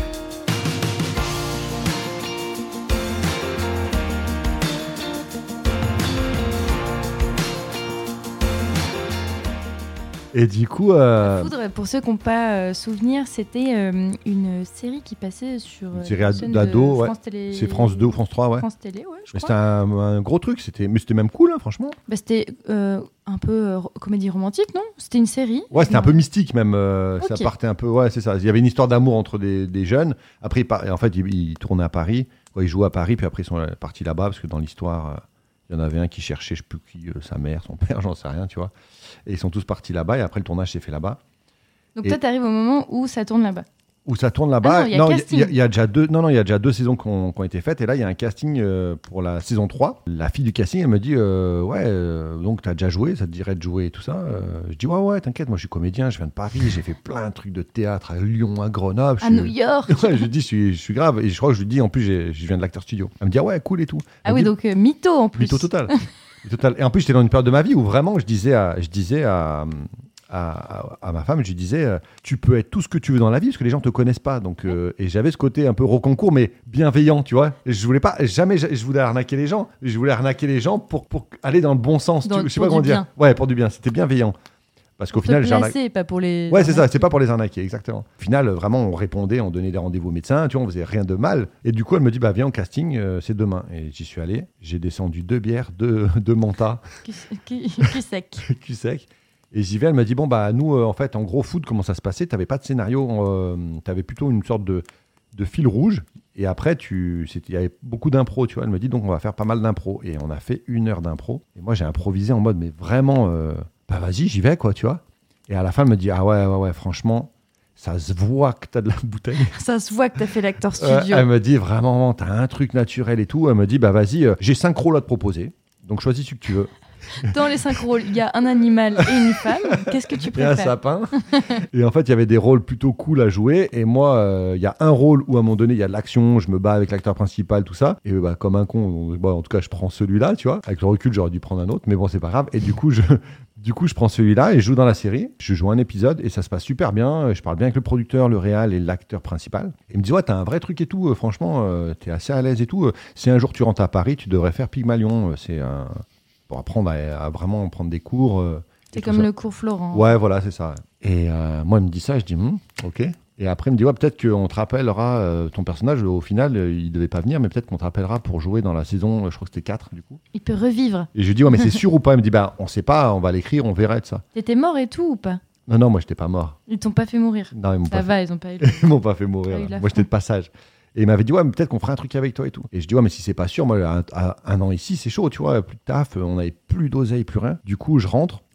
Speaker 5: Et du coup... Euh...
Speaker 6: Foudre, pour ceux qui n'ont pas euh, souvenir, c'était euh, une série qui passait sur...
Speaker 5: Une série euh, d'ado, ouais. France Télé... C'est France deux ou France trois, ouais.
Speaker 6: France Télé, ouais, je
Speaker 5: mais
Speaker 6: crois.
Speaker 5: C'était un, un gros truc, c'était... mais c'était même cool, hein, franchement.
Speaker 6: Bah, c'était euh, un peu euh, comédie romantique, non ? C'était une série.
Speaker 5: Ouais, c'était non. un peu mystique même. Euh,
Speaker 6: okay.
Speaker 5: Ça partait un peu... Ouais, c'est ça. Il y avait une histoire d'amour entre des, des jeunes. Après, par... en fait, ils, ils tournaient à Paris. Ouais, ils jouaient à Paris, puis après, ils sont partis là-bas, parce que dans l'histoire... Euh... Il y en avait un qui cherchait, je ne sais plus qui, euh, sa mère, son père, j'en sais rien, tu vois. Et ils sont tous partis là-bas, et après, le tournage s'est fait là-bas.
Speaker 6: Donc
Speaker 5: et...
Speaker 6: toi, tu arrives au moment où ça tourne là-bas.
Speaker 5: Où ça tourne là-bas.
Speaker 6: Ah non, il y,
Speaker 5: y, y, y a déjà deux. Non, non, il y a déjà deux saisons qui ont, qui ont été faites, et là, il y a un casting euh, pour la saison trois. La fille du casting, elle me dit, euh, ouais, euh, donc tu as déjà joué, ça te dirait de jouer et tout ça. Euh, je dis, ouais, ouais, t'inquiète, moi, je suis comédien, je viens de Paris, j'ai fait plein de trucs de théâtre à Lyon, à Grenoble.
Speaker 6: À
Speaker 5: suis...
Speaker 6: New York.
Speaker 5: Ouais, je lui dis, je suis, je suis grave, et je crois que je lui dis, en plus, j'ai, je viens de l'acteur studio. Elle me dit, ah ouais, cool et tout. Elle
Speaker 6: ah oui,
Speaker 5: dit,
Speaker 6: donc euh, mytho en plus.
Speaker 5: Mytho total. Total. Et en plus, j'étais dans une période de ma vie où vraiment, je disais à, je disais à, à, à, à ma femme, je lui disais, euh, tu peux être tout ce que tu veux dans la vie parce que les gens te connaissent pas. Donc, euh, et j'avais ce côté un peu rocancourt, mais bienveillant, tu vois. Et je voulais pas, jamais, je, je voulais arnaquer les gens. Je voulais arnaquer les gens pour, pour aller dans le bon sens.
Speaker 6: Dans,
Speaker 5: tu, je sais pas comment dire. Ouais, pour du bien. C'était bienveillant. Parce qu'au
Speaker 6: pour
Speaker 5: final,
Speaker 6: te placer, pas pour les.
Speaker 5: Ouais, c'est ça, c'est pas pour les arnaquer, exactement. Au final, vraiment, on répondait, on donnait des rendez-vous au médecin, tu vois, on faisait rien de mal. Et du coup, elle me dit, bah viens au casting, euh, c'est demain. Et j'y suis allé. J'ai descendu deux bières, deux, deux Manta.
Speaker 6: Cul sec.
Speaker 5: Cul sec. Et j'y vais, elle me dit, bon, bah nous, euh, en fait, en gros, foot, comment ça se passait ? T'avais pas de scénario, euh, t'avais plutôt une sorte de, de fil rouge. Et après, tu, il y avait beaucoup d'impro, tu vois. Elle me dit, donc on va faire pas mal d'impro. Et on a fait une heure d'impro. Et moi, j'ai improvisé en mode, mais vraiment, euh, bah vas-y, j'y vais, quoi, tu vois. Et à la fin, elle me dit, ah ouais, ouais, ouais, franchement, ça se voit que t'as de la bouteille.
Speaker 6: Ça se voit que t'as fait l'acteur studio.
Speaker 5: Euh, elle me dit, vraiment, t'as un truc naturel et tout. Elle me dit, bah vas-y, euh, j'ai cinq rôles à te proposer. Donc choisis celui que tu veux.
Speaker 6: Dans les cinq rôles, il y a un animal et une femme. Qu'est-ce que tu préfères ?
Speaker 5: Et un sapin. Et en fait, il y avait des rôles plutôt cool à jouer. Et moi, il euh, y a un rôle où à un moment donné, il y a de l'action, je me bats avec l'acteur principal, tout ça. Et bah, comme un con, bah, en tout cas, je prends celui-là, tu vois. Avec le recul, j'aurais dû prendre un autre, mais bon, c'est pas grave. Et du coup, je... Du coup, je prends celui-là et je joue dans la série. Je joue un épisode et ça se passe super bien. Je parle bien avec le producteur, le réal et l'acteur principal. Et il me dit, ouais, t'as un vrai truc et tout. Franchement, euh, t'es assez à l'aise et tout. Si un jour tu rentres à Paris, tu devrais faire Pygmalion. C'est un... pour apprendre à, à vraiment prendre des cours. Euh,
Speaker 6: c'est comme ça. Le cours Florent.
Speaker 5: Ouais, voilà, c'est ça. Et euh, moi, il me dit ça, je dis, hm, ok. Et après, il me dit, ouais, peut-être qu'on te rappellera, euh, ton personnage, au final, euh, il devait pas venir, mais peut-être qu'on te rappellera pour jouer dans la saison, je crois que c'était quatre, du coup.
Speaker 6: Il peut revivre.
Speaker 5: Et je lui dis, ouais, mais c'est sûr ou pas ? Il me dit, bah, on sait pas, on va l'écrire, on verra de ça.
Speaker 6: T'étais mort et tout ou pas ?
Speaker 5: Non, non, moi, j'étais pas mort.
Speaker 6: Ils t'ont pas fait mourir ?
Speaker 5: Non, ils m'ont
Speaker 6: ça
Speaker 5: pas
Speaker 6: va,
Speaker 5: fait...
Speaker 6: ils ont pas eu.
Speaker 5: Ils m'ont pas fait mourir. Pas moi, j'étais de passage. Et il m'avait dit, ouais, mais peut-être qu'on fera un truc avec toi et tout. Et je dis, ouais, mais si c'est pas sûr, moi, à un, à un an ici, c'est chaud, tu vois, plus de taf, on avait plus d'oseille, plus rien. Du coup, je rentre.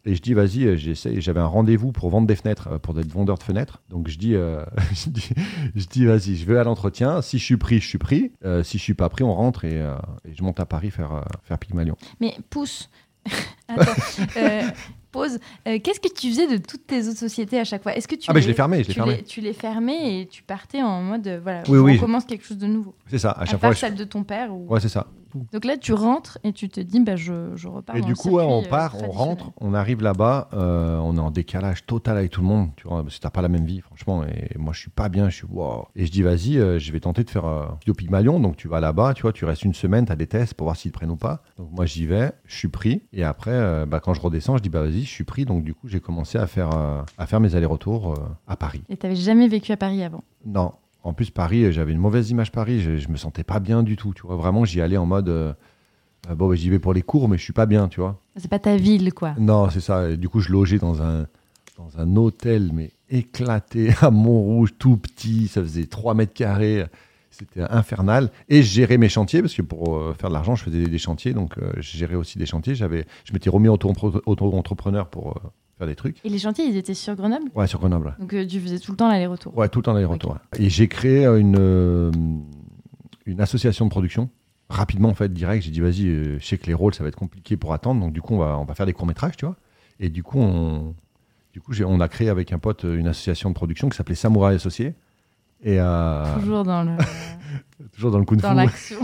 Speaker 5: Et je dis, vas-y, j'essaie. J'avais un rendez-vous pour vendre des fenêtres, pour être vendeur de fenêtres. Donc je dis, euh, je dis, je dis, vas-y, je vais à l'entretien. Si je suis pris, je suis pris. Euh, si je suis pas pris, on rentre et, euh, et je monte à Paris faire, euh, faire Pygmalion.
Speaker 6: Mais pousse. Attends. euh, pause. Euh, qu'est-ce que tu faisais de toutes tes autres sociétés à chaque fois? Est-ce que tu
Speaker 5: ah,
Speaker 6: les,
Speaker 5: mais je les fermais, je les
Speaker 6: tu,
Speaker 5: fermais.
Speaker 6: Les, tu les fermais et tu partais en mode, euh, voilà,
Speaker 5: oui,
Speaker 6: on
Speaker 5: oui,
Speaker 6: commence quelque chose de nouveau.
Speaker 5: C'est ça. À chaque
Speaker 6: à part
Speaker 5: fois,
Speaker 6: celle
Speaker 5: je...
Speaker 6: de ton père. Ou...
Speaker 5: Ouais, c'est ça.
Speaker 6: Donc là, tu rentres et tu te dis, bah, je, je repars.
Speaker 5: Et
Speaker 6: dans
Speaker 5: du
Speaker 6: le
Speaker 5: coup, ouais, on
Speaker 6: circuit,
Speaker 5: part,
Speaker 6: euh,
Speaker 5: on rentre, on arrive là-bas, euh, on est en décalage total avec tout le monde, tu vois, parce que t'as pas la même vie, franchement. Et moi, je suis pas bien, je suis wow. Et je dis, vas-y, euh, je vais tenter de faire euh, studio Pygmalion. Donc tu vas là-bas, tu vois, tu restes une semaine, t'as des tests pour voir s'ils te prennent ou pas. Donc moi, j'y vais, je suis pris. Et après, euh, bah, quand je redescends, je dis, bah vas-y, je suis pris. Donc du coup, j'ai commencé à faire, euh, à faire mes allers-retours euh, à Paris.
Speaker 6: Et t'avais jamais vécu à Paris avant?
Speaker 5: Non. En plus, Paris, j'avais une mauvaise image Paris. Je, je me sentais pas bien du tout, tu vois. Vraiment, j'y allais en mode. Euh, Euh, bon, bah, j'y vais pour les cours, mais je suis pas bien, tu vois.
Speaker 6: C'est pas ta ville, quoi.
Speaker 5: Non, c'est ça. Et du coup, je logeais dans un, dans un hôtel, mais éclaté à Montrouge, tout petit. Ça faisait trois mètres carrés. C'était infernal. Et je gérais mes chantiers, parce que pour euh, faire de l'argent, je faisais des chantiers. Donc, euh, je gérais aussi des chantiers. J'avais, je m'étais remis auto-entrepreneur pour euh, faire des trucs.
Speaker 6: Et les chantiers, ils étaient sur Grenoble?
Speaker 5: Ouais, sur Grenoble.
Speaker 6: Donc, euh, tu faisais tout le temps l'aller-retour?
Speaker 5: Ouais, tout le temps l'aller-retour. Okay. Ouais. Et j'ai créé une, euh, une association de production. Rapidement, en fait, direct, j'ai dit, vas-y, euh, je sais que les rôles, ça va être compliqué pour attendre. Donc, du coup, on va, on va faire des courts-métrages, tu vois. Et du coup, on, du coup j'ai, on a créé avec un pote une association de production qui s'appelait Samouraï Associés. Et, euh,
Speaker 6: toujours dans le...
Speaker 5: toujours dans le kung fu.
Speaker 6: Dans l'action.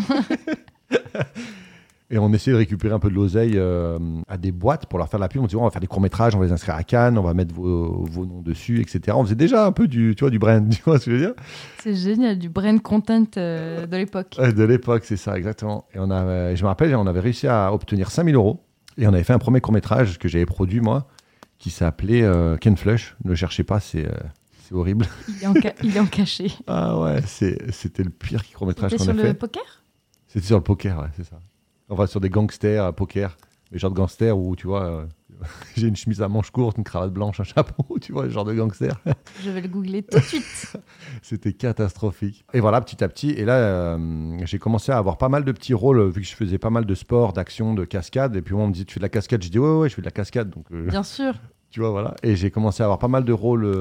Speaker 5: Et on essayait de récupérer un peu de l'oseille euh, à des boîtes pour leur faire de la pub. On disait, on va faire des courts-métrages, on va les inscrire à Cannes, on va mettre vos, vos noms dessus, et cetera. On faisait déjà un peu du, tu vois, du brand, tu vois ce que je veux dire?
Speaker 6: C'est génial, du brand content euh, de l'époque.
Speaker 5: Ouais, de l'époque, c'est ça, exactement. Et on avait, je me rappelle, on avait réussi à obtenir cinq mille euros. Et on avait fait un premier court-métrage que j'avais produit, moi, qui s'appelait euh, Ken Flush. Ne le cherchez pas, c'est, euh, c'est horrible.
Speaker 6: Il est en, ca- il est en cachet.
Speaker 5: Ah ouais, c'est, c'était le pire court-métrage
Speaker 6: C'était
Speaker 5: qu'on a fait.
Speaker 6: sur le poker?
Speaker 5: C'était sur le poker, ouais, c'est ça. Enfin, sur des gangsters à poker. Les genres de gangsters où, tu vois, euh, j'ai une chemise à manches courtes, une cravate blanche, un chapeau, tu vois, le genre de gangster.
Speaker 6: Je vais le googler tout de suite.
Speaker 5: C'était catastrophique. Et voilà, petit à petit. Et là, euh, j'ai commencé à avoir pas mal de petits rôles, vu que je faisais pas mal de sport, d'action, de cascade. Et puis moi, on me dit, tu fais de la cascade? Je dis, ouais, ouais, je fais de la cascade. Donc, euh,
Speaker 6: bien sûr.
Speaker 5: Tu vois, voilà. Et j'ai commencé à avoir pas mal de rôles, euh,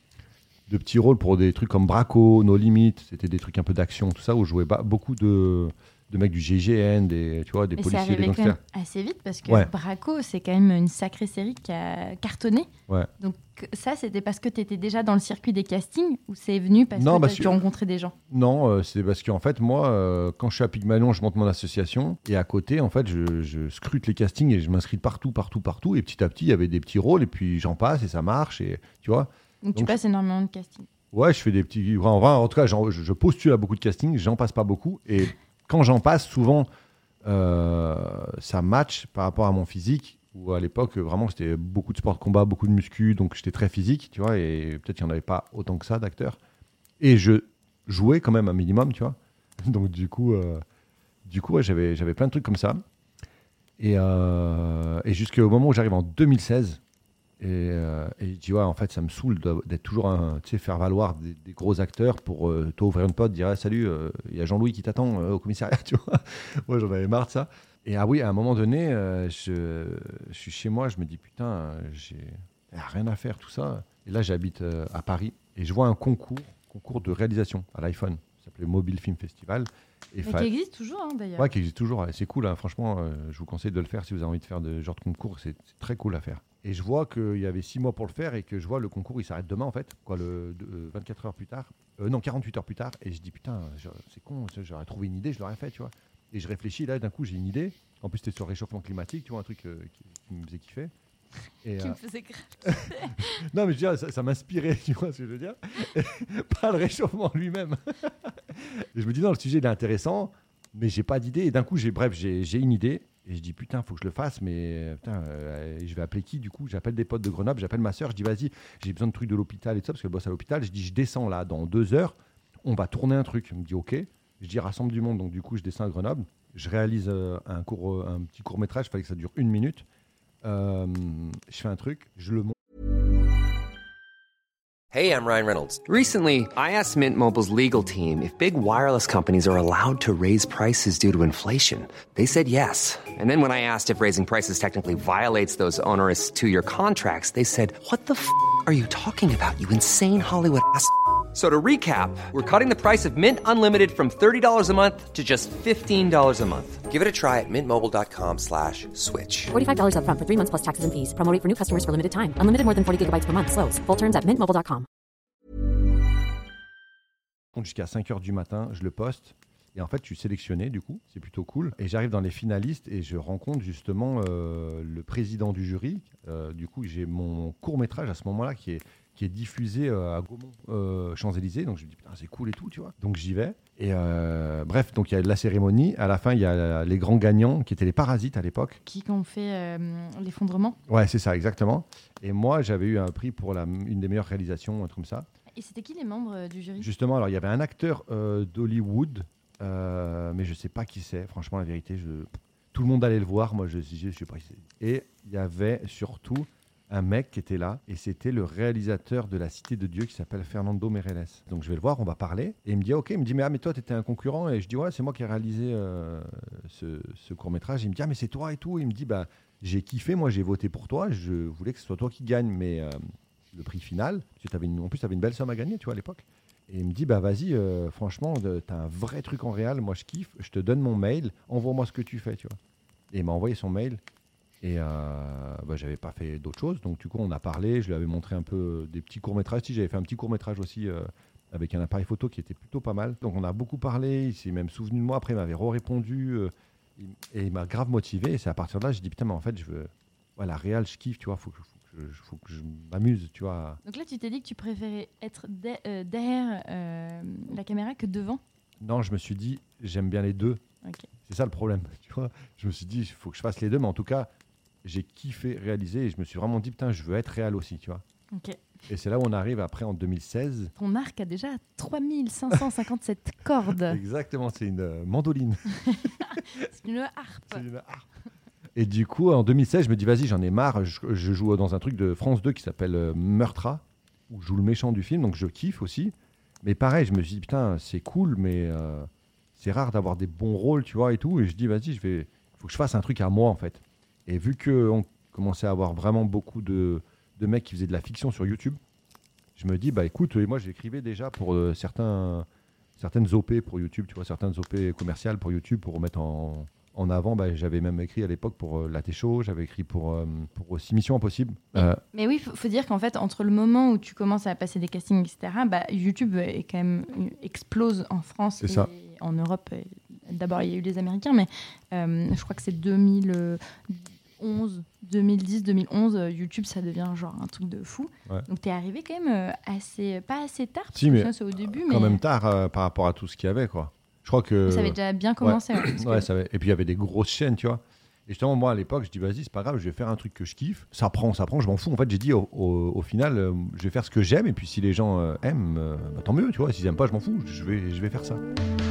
Speaker 5: de petits rôles pour des trucs comme Braco, No Limit. C'était des trucs un peu d'action, tout ça, où je jouais ba- beaucoup de... de mecs du G I G N, des, tu vois, des
Speaker 6: mais
Speaker 5: policiers, des gangsters.
Speaker 6: C'est arrivé quand même assez vite parce que
Speaker 5: ouais.
Speaker 6: Braco, c'est quand même une sacrée série qui a cartonné.
Speaker 5: Ouais.
Speaker 6: Donc ça, c'était parce que tu étais déjà dans le circuit des castings ou c'est venu parce non, que tu as rencontré des gens?
Speaker 5: Non, euh, c'est parce qu'en fait, moi, euh, quand je suis à Pygmalion, je monte mon association et à côté, en fait, je, je scrute les castings et je m'inscris partout, partout, partout. Et petit à petit, il y avait des petits rôles et puis j'en passe et ça marche, et tu vois.
Speaker 6: Donc, Donc tu passes énormément de castings? Ouais,
Speaker 5: je fais des petits... En, en tout cas, je, je postule à beaucoup de castings, j'en passe pas beaucoup. Et quand j'en passe, souvent, euh, ça match par rapport à mon physique, où à l'époque, vraiment, c'était beaucoup de sport de combat, beaucoup de muscu, donc j'étais très physique, tu vois, et peut-être qu'il n'y en avait pas autant que ça d'acteurs. Et je jouais quand même un minimum, tu vois. Donc du coup, euh, du coup ouais, j'avais, j'avais plein de trucs comme ça. Et, euh, et jusqu'au moment où j'arrive en deux mille seize, et, euh, et tu vois, en fait, ça me saoule d'être toujours un, tu sais, faire valoir des, des gros acteurs pour euh, t'ouvrir une pote, dire ah, salut, il euh, y a Jean-Louis qui t'attend euh, au commissariat, tu vois. Moi, j'en avais marre de ça. Et ah oui, à un moment donné, euh, je, je suis chez moi, je me dis putain, j'ai rien à faire, tout ça. Et là, j'habite euh, à Paris et je vois un concours, concours de réalisation à l'iPhone. Ça s'appelait Mobile Film Festival.
Speaker 6: Et fa... qui existe toujours, hein, d'ailleurs.
Speaker 5: Ouais, qui existe toujours. Ouais. C'est cool, hein. Franchement, euh, je vous conseille de le faire si vous avez envie de faire de genre de concours. C'est, c'est très cool à faire. Et je vois qu'il y avait six mois pour le faire et que je vois le concours, il s'arrête demain en fait, quoi, le, de, euh, vingt-quatre heures plus tard, euh, non, quarante-huit heures plus tard. Et je dis putain, c'est con, j'aurais trouvé une idée, je l'aurais fait, tu vois. Et je réfléchis, là, d'un coup, j'ai une idée. En plus, c'était sur le réchauffement climatique, tu vois, un truc euh, qui, qui me faisait kiffer.
Speaker 6: Et, qui euh... me faisait grave.
Speaker 5: Non, mais je veux dire, ça, ça m'inspirait, tu vois ce que je veux dire. Pas le réchauffement lui-même. Et je me dis, non, le sujet, il est intéressant, mais j'ai pas d'idée. Et d'un coup, j'ai, bref, j'ai, j'ai une idée. Et je dis, putain, faut que je le fasse, mais putain, euh, je vais appeler qui, du coup? J'appelle des potes de Grenoble, j'appelle ma sœur, je dis, vas-y, j'ai besoin de trucs de l'hôpital et tout ça, parce qu'elle bosse à l'hôpital. Je dis, je descends là, dans deux heures, on va tourner un truc. Elle me dit, ok. Je dis, rassemble du monde. Donc, du coup, je descends à Grenoble. Je réalise euh, un, court, euh, un petit court-métrage, il fallait que ça dure une minute. Euh, je fais un truc, je le monte.
Speaker 1: Hey, I'm Ryan Reynolds. Recently, I asked Mint Mobile's legal team if big wireless companies are allowed to raise prices due to inflation. They said yes. And then when I asked if raising prices technically violates those onerous two-year contracts, they said, what the f*** are you talking about, you insane Hollywood ass f- So to recap, we're cutting the price of Mint Unlimited from thirty dollars a month to just fifteen dollars a month. Give it a try at mintmobile.com slash switch.
Speaker 3: forty-five dollars up front for three months plus taxes and fees. Promo rate for new customers for limited time. Unlimited more than forty gigabytes per month. Slows full terms at mint mobile dot com.
Speaker 5: Jusqu'à cinq heures du matin, je le poste. Et en fait, je suis sélectionné, du coup. C'est plutôt cool. Et j'arrive dans les finalistes et je rencontre justement euh, le président du jury. Euh, du coup, j'ai mon court-métrage à ce moment-là qui est, qui est diffusé euh, à Gaumont, euh, Champs-Élysées. Donc, je me dis, putain, c'est cool et tout, tu vois. Donc, j'y vais. Et euh, bref, donc il y a la cérémonie. À la fin, il y a les grands gagnants qui étaient les Parasites à l'époque.
Speaker 6: Qui ont fait euh, l'effondrement.
Speaker 5: Ouais, c'est ça, exactement. Et moi, j'avais eu un prix pour la, une des meilleures réalisations, un truc comme ça.
Speaker 6: Et c'était qui les membres euh, du jury ?
Speaker 5: Justement, alors il y avait un acteur euh, d'Hollywood, euh, mais je ne sais pas qui c'est. Franchement, la vérité, je... tout le monde allait le voir. Moi, je ne sais pas qui c'est. Et il y avait surtout un mec qui était là, et c'était le réalisateur de La Cité de Dieu qui s'appelle Fernando Meirelles. Donc je vais le voir, on va parler. Et il me dit, ok, il me dit, mais, ah, mais toi, tu étais un concurrent. Et je dis, ouais, c'est moi qui ai réalisé euh, ce, ce court-métrage. Il me dit, ah, mais c'est toi et tout. Et il me dit, bah, j'ai kiffé, moi, j'ai voté pour toi. Je voulais que ce soit toi qui gagne, mais... Euh, le prix final, parce que une, en plus tu avais une belle somme à gagner, tu vois, à l'époque. Et il me dit, bah vas-y, euh, franchement, tu as un vrai truc en réel, moi je kiffe, je te donne mon mail, envoie-moi ce que tu fais, tu vois. Et il m'a envoyé son mail, et euh, bah, j'avais pas fait d'autre chose, donc du coup on a parlé, je lui avais montré un peu des petits courts-métrages, si j'avais fait un petit court-métrage aussi euh, avec un appareil photo qui était plutôt pas mal. Donc on a beaucoup parlé, il s'est même souvenu de moi, après il m'avait répondu, euh, et il m'a grave motivé, et c'est à partir de là, j'ai dit, putain, mais en fait, je veux, ouais, la réal, je kiffe, tu vois, faut que il faut que je m'amuse, tu vois.
Speaker 6: Donc là, tu t'es dit que tu préférais être de- euh, derrière euh, la caméra que devant ?
Speaker 5: Non, je me suis dit, j'aime bien les deux.
Speaker 6: Okay.
Speaker 5: C'est ça le problème, tu vois. Je me suis dit, il faut que je fasse les deux, mais en tout cas, j'ai kiffé réaliser et je me suis vraiment dit, putain, je veux être réal aussi, tu vois.
Speaker 6: Okay.
Speaker 5: Et c'est là où on arrive après en deux mille seize.
Speaker 6: Ton arc a déjà trois mille cinq cent cinquante-sept cordes.
Speaker 5: Exactement, c'est une euh, mandoline.
Speaker 6: C'est une harpe.
Speaker 5: C'est une harpe. Et du coup, en deux mille seize, je me dis, vas-y, j'en ai marre. Je, je joue dans un truc de France deux qui s'appelle euh, Meurtra, où je joue le méchant du film, donc je kiffe aussi. Mais pareil, je me suis dit, putain, c'est cool, mais euh, c'est rare d'avoir des bons rôles, tu vois, et tout. Et je dis, vas-y, il faut que je fasse un truc à moi, en fait. Et vu qu'on commençait à avoir vraiment beaucoup de, de mecs qui faisaient de la fiction sur YouTube, je me dis, bah écoute, et moi, j'écrivais déjà pour euh, certains, certaines O P pour YouTube, tu vois, certaines O P commerciales pour YouTube pour remettre en... En avant, bah, j'avais même écrit à l'époque pour euh, Latte Show, j'avais écrit pour, euh, pour aussi Mission Impossible.
Speaker 6: Mais,
Speaker 5: euh,
Speaker 6: mais oui, il faut, faut dire qu'en fait, entre le moment où tu commences à passer des castings, et cetera, bah, YouTube est quand même, explose en France et
Speaker 5: ça.
Speaker 6: en Europe. Et d'abord, il y a eu les Américains, mais euh, je crois que c'est deux mille onze, deux mille dix, deux mille onze, YouTube, ça devient genre un truc de fou. Ouais. Donc, tu es arrivé quand même assez, pas assez tard, parce
Speaker 5: si,
Speaker 6: que
Speaker 5: mais
Speaker 6: ça, c'est au début.
Speaker 5: Quand
Speaker 6: mais...
Speaker 5: même tard euh, par rapport à tout ce qu'il y avait, quoi. Je crois que...
Speaker 6: Ça avait déjà bien commencé.
Speaker 5: Ouais.
Speaker 6: Ouais,
Speaker 5: ouais,
Speaker 6: que...
Speaker 5: ça avait... Et puis il y avait des grosses chaînes, tu vois. Et justement, moi à l'époque, je dis vas-y, c'est pas grave, je vais faire un truc que je kiffe. Ça prend, ça prend, je m'en fous. En fait, j'ai dit au, au, au final, euh, je vais faire ce que j'aime. Et puis si les gens euh, aiment, euh, bah, tant mieux, tu vois. S'ils aiment pas, je m'en fous. Je vais, je vais faire ça.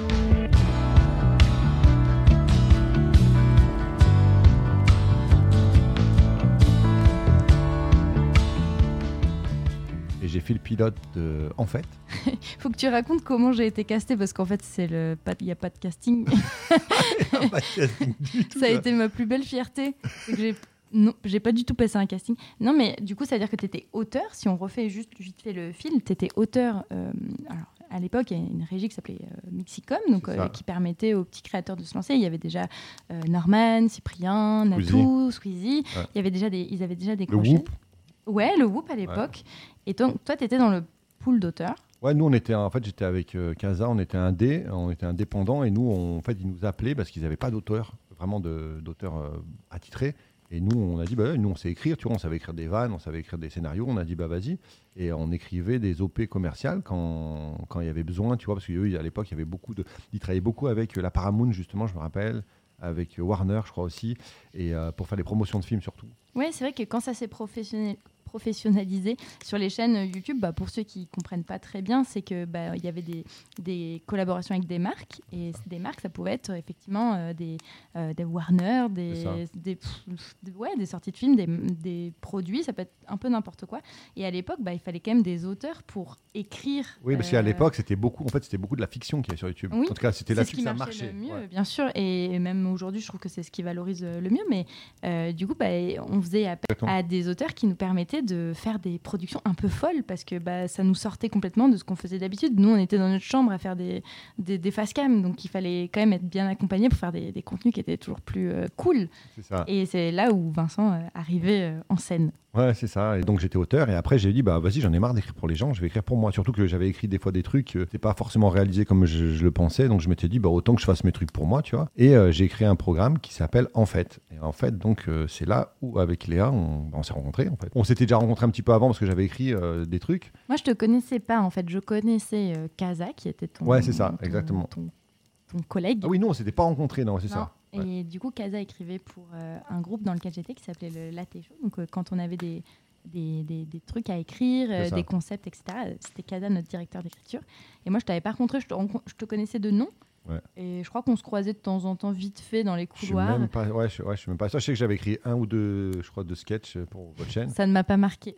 Speaker 5: Et j'ai fait le pilote de... En fait.
Speaker 6: Il faut que tu racontes comment j'ai été castée, parce qu'en fait, il n'y a pas de casting.
Speaker 5: Il n'y a pas de casting du tout.
Speaker 6: Ça a été ma plus belle fierté. C'est que j'ai... Non, j'ai pas du tout passé un casting. Non, mais du coup, ça veut dire que tu étais auteur. Si on refait juste vite fait le film, tu étais auteur. Euh, alors, à l'époque, il y a une régie qui s'appelait euh, Mixicom, donc, euh, qui permettait aux petits créateurs de se lancer. Il y avait déjà euh, Norman, Cyprien, Natou, Squeezie. Ouais. Il y avait déjà des, ils avaient déjà des
Speaker 5: le Whoop.
Speaker 6: Ouais, le Whoop à l'époque. Ouais. Et donc, toi, tu étais dans le pool d'auteurs.
Speaker 5: Ouais, nous, on était, en fait, j'étais avec euh, Casa, on était indé, on était indépendants, et nous, on, en fait, ils nous appelaient parce qu'ils n'avaient pas d'auteur, vraiment de, d'auteur euh, attitré. Et nous, on a dit, bah, nous, on sait écrire, tu vois, on savait écrire des vannes, on savait écrire des scénarios, on a dit, bah, vas-y. Et on écrivait des O P commerciales quand, quand il y avait besoin, tu vois, parce qu'à l'époque, il y avait beaucoup de... Ils travaillaient beaucoup avec la Paramount, justement, je me rappelle, avec Warner, je crois aussi, et euh, pour faire des promotions de films, surtout.
Speaker 6: Oui, c'est vrai que quand ça s'est professionnel... professionnalisé sur les chaînes YouTube. Bah, pour ceux qui comprennent pas très bien, c'est que bah, il y avait des, des collaborations avec des marques et des marques, ça pouvait être effectivement euh, des, euh, des Warner, des, des, pff, des, ouais, des sorties de films, des, des produits, ça peut être un peu n'importe quoi. Et à l'époque, bah, il fallait quand même des auteurs pour écrire.
Speaker 5: Oui, parce euh... qu'à l'époque, c'était beaucoup, en fait, c'était beaucoup de la fiction qui est sur YouTube.
Speaker 6: Oui,
Speaker 5: en tout cas, c'était là-dessus que ça marchait.
Speaker 6: Le mieux,
Speaker 5: ouais.
Speaker 6: Bien sûr, et même aujourd'hui, je trouve que c'est ce qui valorise le mieux. Mais euh, du coup, bah, on faisait appel Exactement. à des auteurs qui nous permettaient de faire des productions un peu folles parce que bah, ça nous sortait complètement de ce qu'on faisait d'habitude. Nous, on était dans notre chambre à faire des, des, des face cam, donc il fallait quand même être bien accompagné pour faire des, des contenus qui étaient toujours plus euh, cool.
Speaker 5: C'est ça.
Speaker 6: Et c'est là où Vincent euh, arrivait euh, en scène.
Speaker 5: Ouais, c'est ça. Et donc j'étais auteur et après j'ai dit bah vas-y, j'en ai marre d'écrire pour les gens, je vais écrire pour moi. Surtout que j'avais écrit des fois des trucs, euh, c'est pas forcément réalisé comme je, je le pensais, donc je m'étais dit bah autant que je fasse mes trucs pour moi, tu vois. Et euh, j'ai créé un programme qui s'appelle En fait. Et en fait, donc euh, c'est là où avec Léa on, on s'est rencontrés en fait. On s'était déjà rencontrés un petit peu avant parce que j'avais écrit euh, des trucs.
Speaker 6: Moi je te connaissais pas en fait, je connaissais euh, Kaza qui était ton.
Speaker 5: Ouais, c'est ça,
Speaker 6: ton,
Speaker 5: exactement.
Speaker 6: Ton, ton collègue.
Speaker 5: Ah oui, non, on s'était pas rencontrés, non, c'est
Speaker 6: non.
Speaker 5: ça.
Speaker 6: Et ouais. Du coup, Kaza écrivait pour euh, un groupe dans lequel j'étais qui s'appelait le Latte Show. Donc euh, quand on avait des Des, des, des trucs à écrire, euh, des concepts, et cetera. C'était Kaza, notre directeur d'écriture. Et moi, je t'avais pas rencontré, je te, je te connaissais de nom.
Speaker 5: Ouais.
Speaker 6: Et je crois qu'on se croisait de temps en temps vite fait dans les couloirs.
Speaker 5: Je suis même pas, ouais, je, ouais, je suis même pas ça. Je sais que j'avais écrit un ou deux, je crois, de sketchs pour votre chaîne.
Speaker 6: Ça ne m'a pas marqué.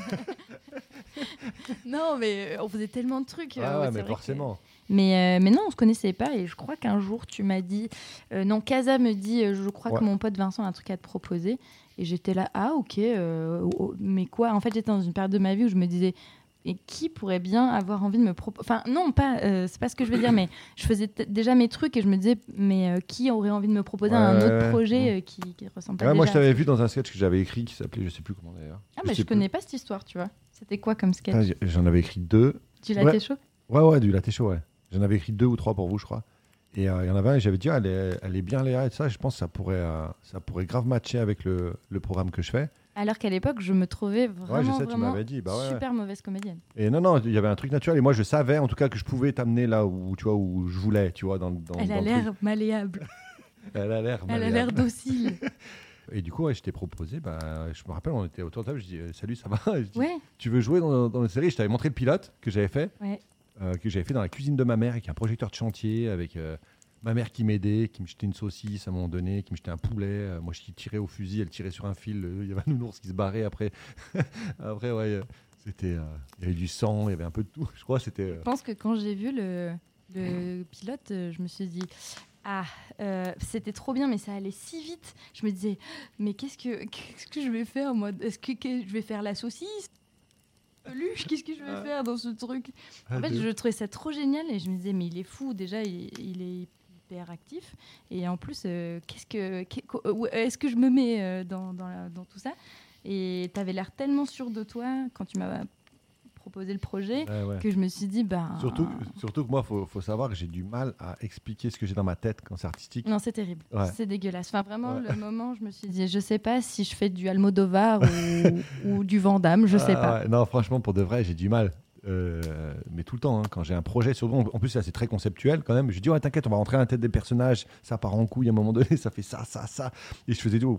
Speaker 6: Non, mais on faisait tellement de trucs.
Speaker 5: Ah
Speaker 6: euh,
Speaker 5: ouais, mais forcément.
Speaker 6: Que... Mais, euh, mais non, on se connaissait pas. Et je crois qu'un jour, tu m'as dit... Euh, non, Kaza me dit, euh, je crois ouais. que mon pote Vincent a un truc à te proposer. Et j'étais là, ah ok, euh, oh, mais quoi ? En fait, j'étais dans une période de ma vie où je me disais... Et qui pourrait bien avoir envie de me proposer... Enfin, non, pas, euh, c'est pas ce que je veux dire, mais je faisais t- déjà mes trucs et je me disais, mais euh, qui aurait envie de me proposer ouais, un autre ouais, projet ouais. Euh, qui, qui ressemble pas
Speaker 5: ouais,
Speaker 6: déjà
Speaker 5: moi, je t'avais vu dans un sketch que j'avais écrit qui s'appelait, je sais plus comment d'ailleurs.
Speaker 6: Ah, mais je, je connais pas cette histoire, tu vois. C'était quoi comme sketch ?
Speaker 5: Ah, j'en avais écrit deux.
Speaker 6: Du Latte
Speaker 5: ouais.
Speaker 6: Show ?
Speaker 5: Ouais, ouais, du Latte Show, ouais. J'en avais écrit deux ou trois pour vous, je crois. Et il euh, y en avait un et j'avais dit, ah, elle, est, elle est bien Léa et tout ça. Je pense que ça pourrait, euh, ça pourrait grave matcher avec le, le programme que je fais.
Speaker 6: Alors qu'à l'époque, je me trouvais vraiment,
Speaker 5: ouais, je sais,
Speaker 6: vraiment
Speaker 5: tu m'avais dit. Bah ouais,
Speaker 6: super mauvaise comédienne.
Speaker 5: Et non, non, il y avait un truc naturel. Et moi, je savais en tout cas que je pouvais t'amener là où, tu vois, où je voulais, tu vois, dans, dans,
Speaker 6: Elle
Speaker 5: dans
Speaker 6: a l'air malléable.
Speaker 5: Elle a l'air malléable.
Speaker 6: Elle a l'air docile.
Speaker 5: Et du coup, ouais, je t'ai proposé, bah, je me rappelle, on était autour de table, je dis euh, salut, ça va je dis,
Speaker 6: ouais.
Speaker 5: Tu veux jouer dans, dans la série ? Je t'avais montré le pilote que j'avais fait,
Speaker 6: ouais.
Speaker 5: euh, que j'avais fait dans la cuisine de ma mère avec un projecteur de chantier, avec euh, ma mère qui m'aidait, qui me jetait une saucisse à un moment donné, qui me jetait un poulet. Euh, moi, je tirais au fusil, elle tirait sur un fil. Il euh, y avait un nounours qui se barrait après. après, ouais, euh, c'était, il euh, y avait du sang, il y avait un peu de tout. Je crois c'était. Euh...
Speaker 6: Je pense que quand j'ai vu le, le pilote, euh, je me suis dit. Ah, euh, c'était trop bien, mais ça allait si vite. Je me disais, mais qu'est-ce que, qu'est-ce que je vais faire, moi ? Est-ce que, que je vais faire la saucisse ? Luche, qu'est-ce que je vais faire dans ce truc ? En fait, je trouvais ça trop génial et je me disais, mais il est fou. Déjà, il, il est hyper actif. Et en plus, euh, qu'est-ce que, qu'est, est-ce que je me mets euh, dans, dans, la, dans tout ça ? Et tu avais l'air tellement sûr de toi quand tu m'as proposé le projet ouais, ouais. que je me suis dit bah
Speaker 5: surtout surtout que moi faut faut savoir que j'ai du mal à expliquer ce que j'ai dans ma tête quand c'est artistique.
Speaker 6: Non, c'est terrible.
Speaker 5: Ouais.
Speaker 6: C'est dégueulasse. Enfin vraiment ouais. Le moment je me suis dit je sais pas si je fais du Almodovar ou, ou du Van Damme, je ah, sais pas.
Speaker 5: Ouais. Non, franchement pour de vrai, j'ai du mal. Euh, mais tout le temps, hein, quand j'ai un projet, surtout, en plus, là, c'est très conceptuel quand même. Je dis, ouais, t'inquiète, on va rentrer dans la tête des personnages, ça part en couille à un moment donné, ça fait ça, ça, ça. Et je faisais du.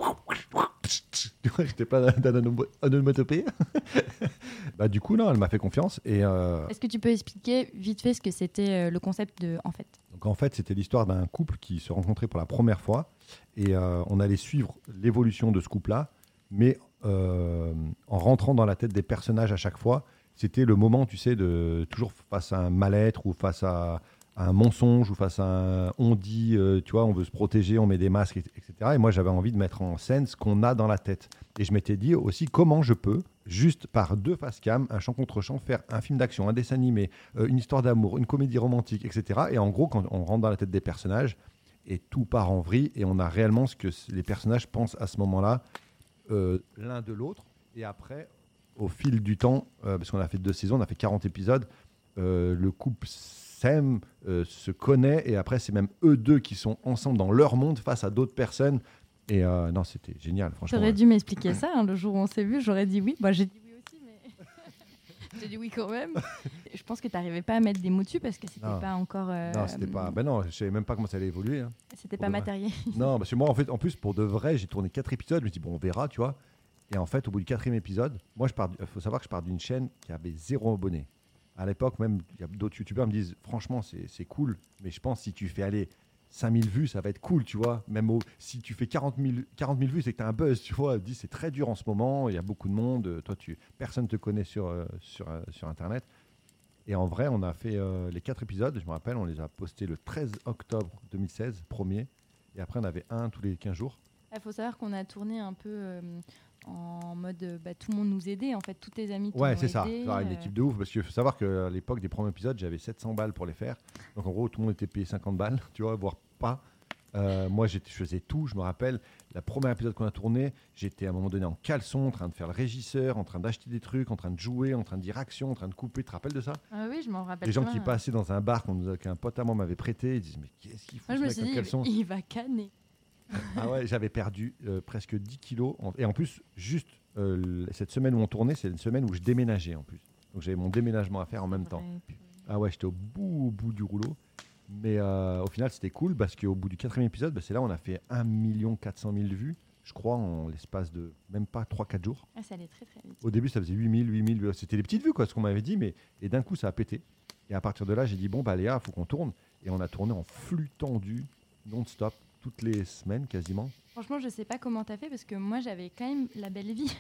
Speaker 5: Tu vois, j'étais pas d'un onomatopée. Bah, du coup, non, elle m'a fait confiance. Et, euh...
Speaker 6: Est-ce que tu peux expliquer vite fait ce que c'était euh, le concept de En fait ?
Speaker 5: Donc, en fait, c'était l'histoire d'un couple qui se rencontrait pour la première fois. Et euh, on allait suivre l'évolution de ce couple-là, mais euh, en rentrant dans la tête des personnages à chaque fois. C'était le moment, tu sais, de toujours face à un mal-être ou face à, à un mensonge ou face à un on dit, euh, tu vois, on veut se protéger, on met des masques, et cetera. Et moi, j'avais envie de mettre en scène ce qu'on a dans la tête. Et je m'étais dit aussi comment je peux, juste par deux face cam, un chant contre chant, faire un film d'action, un dessin animé, euh, une histoire d'amour, une comédie romantique, et cetera. Et en gros, quand on rentre dans la tête des personnages, et tout part en vrille, et on a réellement ce que les personnages pensent à ce moment-là, euh, l'un de l'autre. Et après... Au fil du temps, euh, parce qu'on a fait deux saisons, on a fait quarante épisodes, euh, le couple s'aime, euh, se connaît, et après, c'est même eux deux qui sont ensemble dans leur monde face à d'autres personnes. Et euh, non, c'était génial, franchement.
Speaker 6: T'aurais
Speaker 5: ouais.
Speaker 6: dû m'expliquer ça, hein, le jour où on s'est vu, j'aurais dit oui. Bah, j'ai dit oui aussi, mais j'ai dit oui quand même. Je pense que t'arrivais pas à mettre des mots dessus parce que c'était
Speaker 5: non.
Speaker 6: pas encore... Euh,
Speaker 5: non, c'était pas... Ben non, je savais même pas comment ça allait évoluer. Hein,
Speaker 6: c'était pas matériel.
Speaker 5: Non, parce que moi, en fait, en plus, pour de vrai, j'ai tourné quatre épisodes, je me dis, bon, on verra, tu vois. Et en fait, au bout du quatrième épisode, moi, il faut savoir que je pars d'une chaîne qui avait zéro abonné. À l'époque, même, il y a d'autres youtubeurs qui me disent, franchement, c'est, c'est cool, mais je pense que si tu fais aller cinq mille vues, ça va être cool, tu vois. Même au, si tu fais quarante mille vues, c'est que tu as un buzz, tu vois. Ils disent, c'est très dur en ce moment, il y a beaucoup de monde, toi, tu, personne ne te connaît sur, euh, sur, euh, sur Internet. Et en vrai, on a fait euh, les quatre épisodes, je me rappelle, on les a postés le treize octobre deux mille seize, premier. Et après, on avait un tous les quinze jours.
Speaker 6: Il faut savoir qu'on a tourné un peu euh, en mode euh, bah, tout le monde nous aidait, en fait, tous tes amis.
Speaker 5: Ouais, c'est
Speaker 6: aidé,
Speaker 5: ça. Genre, une
Speaker 6: euh...
Speaker 5: équipe de ouf. Parce qu'il faut savoir qu'à l'époque des premiers épisodes, j'avais sept cents balles pour les faire. Donc en gros, tout le monde était payé cinquante balles, tu vois, voire pas. Euh, moi, j'étais, je faisais tout. Je me rappelle, la première épisode qu'on a tourné, j'étais à un moment donné en caleçon, en train de faire le régisseur, en train d'acheter des trucs, en train de jouer, en train de dire action, en train de couper. Tu te rappelles de ça?
Speaker 6: Ah oui, je m'en rappelle.
Speaker 5: Les gens
Speaker 6: bien.
Speaker 5: qui passaient dans un bar qu'on nous a- qu'un pote à moi m'avait prêté, ils disent mais qu'est-ce qu'il faut
Speaker 6: Moi, je
Speaker 5: ce
Speaker 6: me
Speaker 5: mec
Speaker 6: suis
Speaker 5: en
Speaker 6: dit,
Speaker 5: caleçon?
Speaker 6: il, il va canner.
Speaker 5: Ah ouais, j'avais perdu euh, presque dix kilos. En- Et en plus, juste euh, cette semaine où on tournait, c'est une semaine où je déménageais en plus. Donc j'avais mon déménagement à faire en même temps.
Speaker 6: Ouais,
Speaker 5: Ah ouais, j'étais au bout, au bout du rouleau. Mais euh, au final, c'était cool parce qu'au bout du quatrième épisode, bah, c'est là où on a fait un million quatre cent mille vues, je crois, en l'espace de même pas trois quatre jours.
Speaker 6: ah, ça allait très très vite.
Speaker 5: Au début, ça faisait huit mille, huit mille. C'était des petites vues, quoi, ce qu'on m'avait dit. Mais... Et d'un coup, ça a pété. Et à partir de là, j'ai dit, bon, bah Léa, il faut qu'on tourne. Et on a tourné en flux tendu, non-stop, toutes les semaines quasiment.
Speaker 6: Franchement, je sais pas comment t'as fait parce que moi, j'avais quand même la belle vie.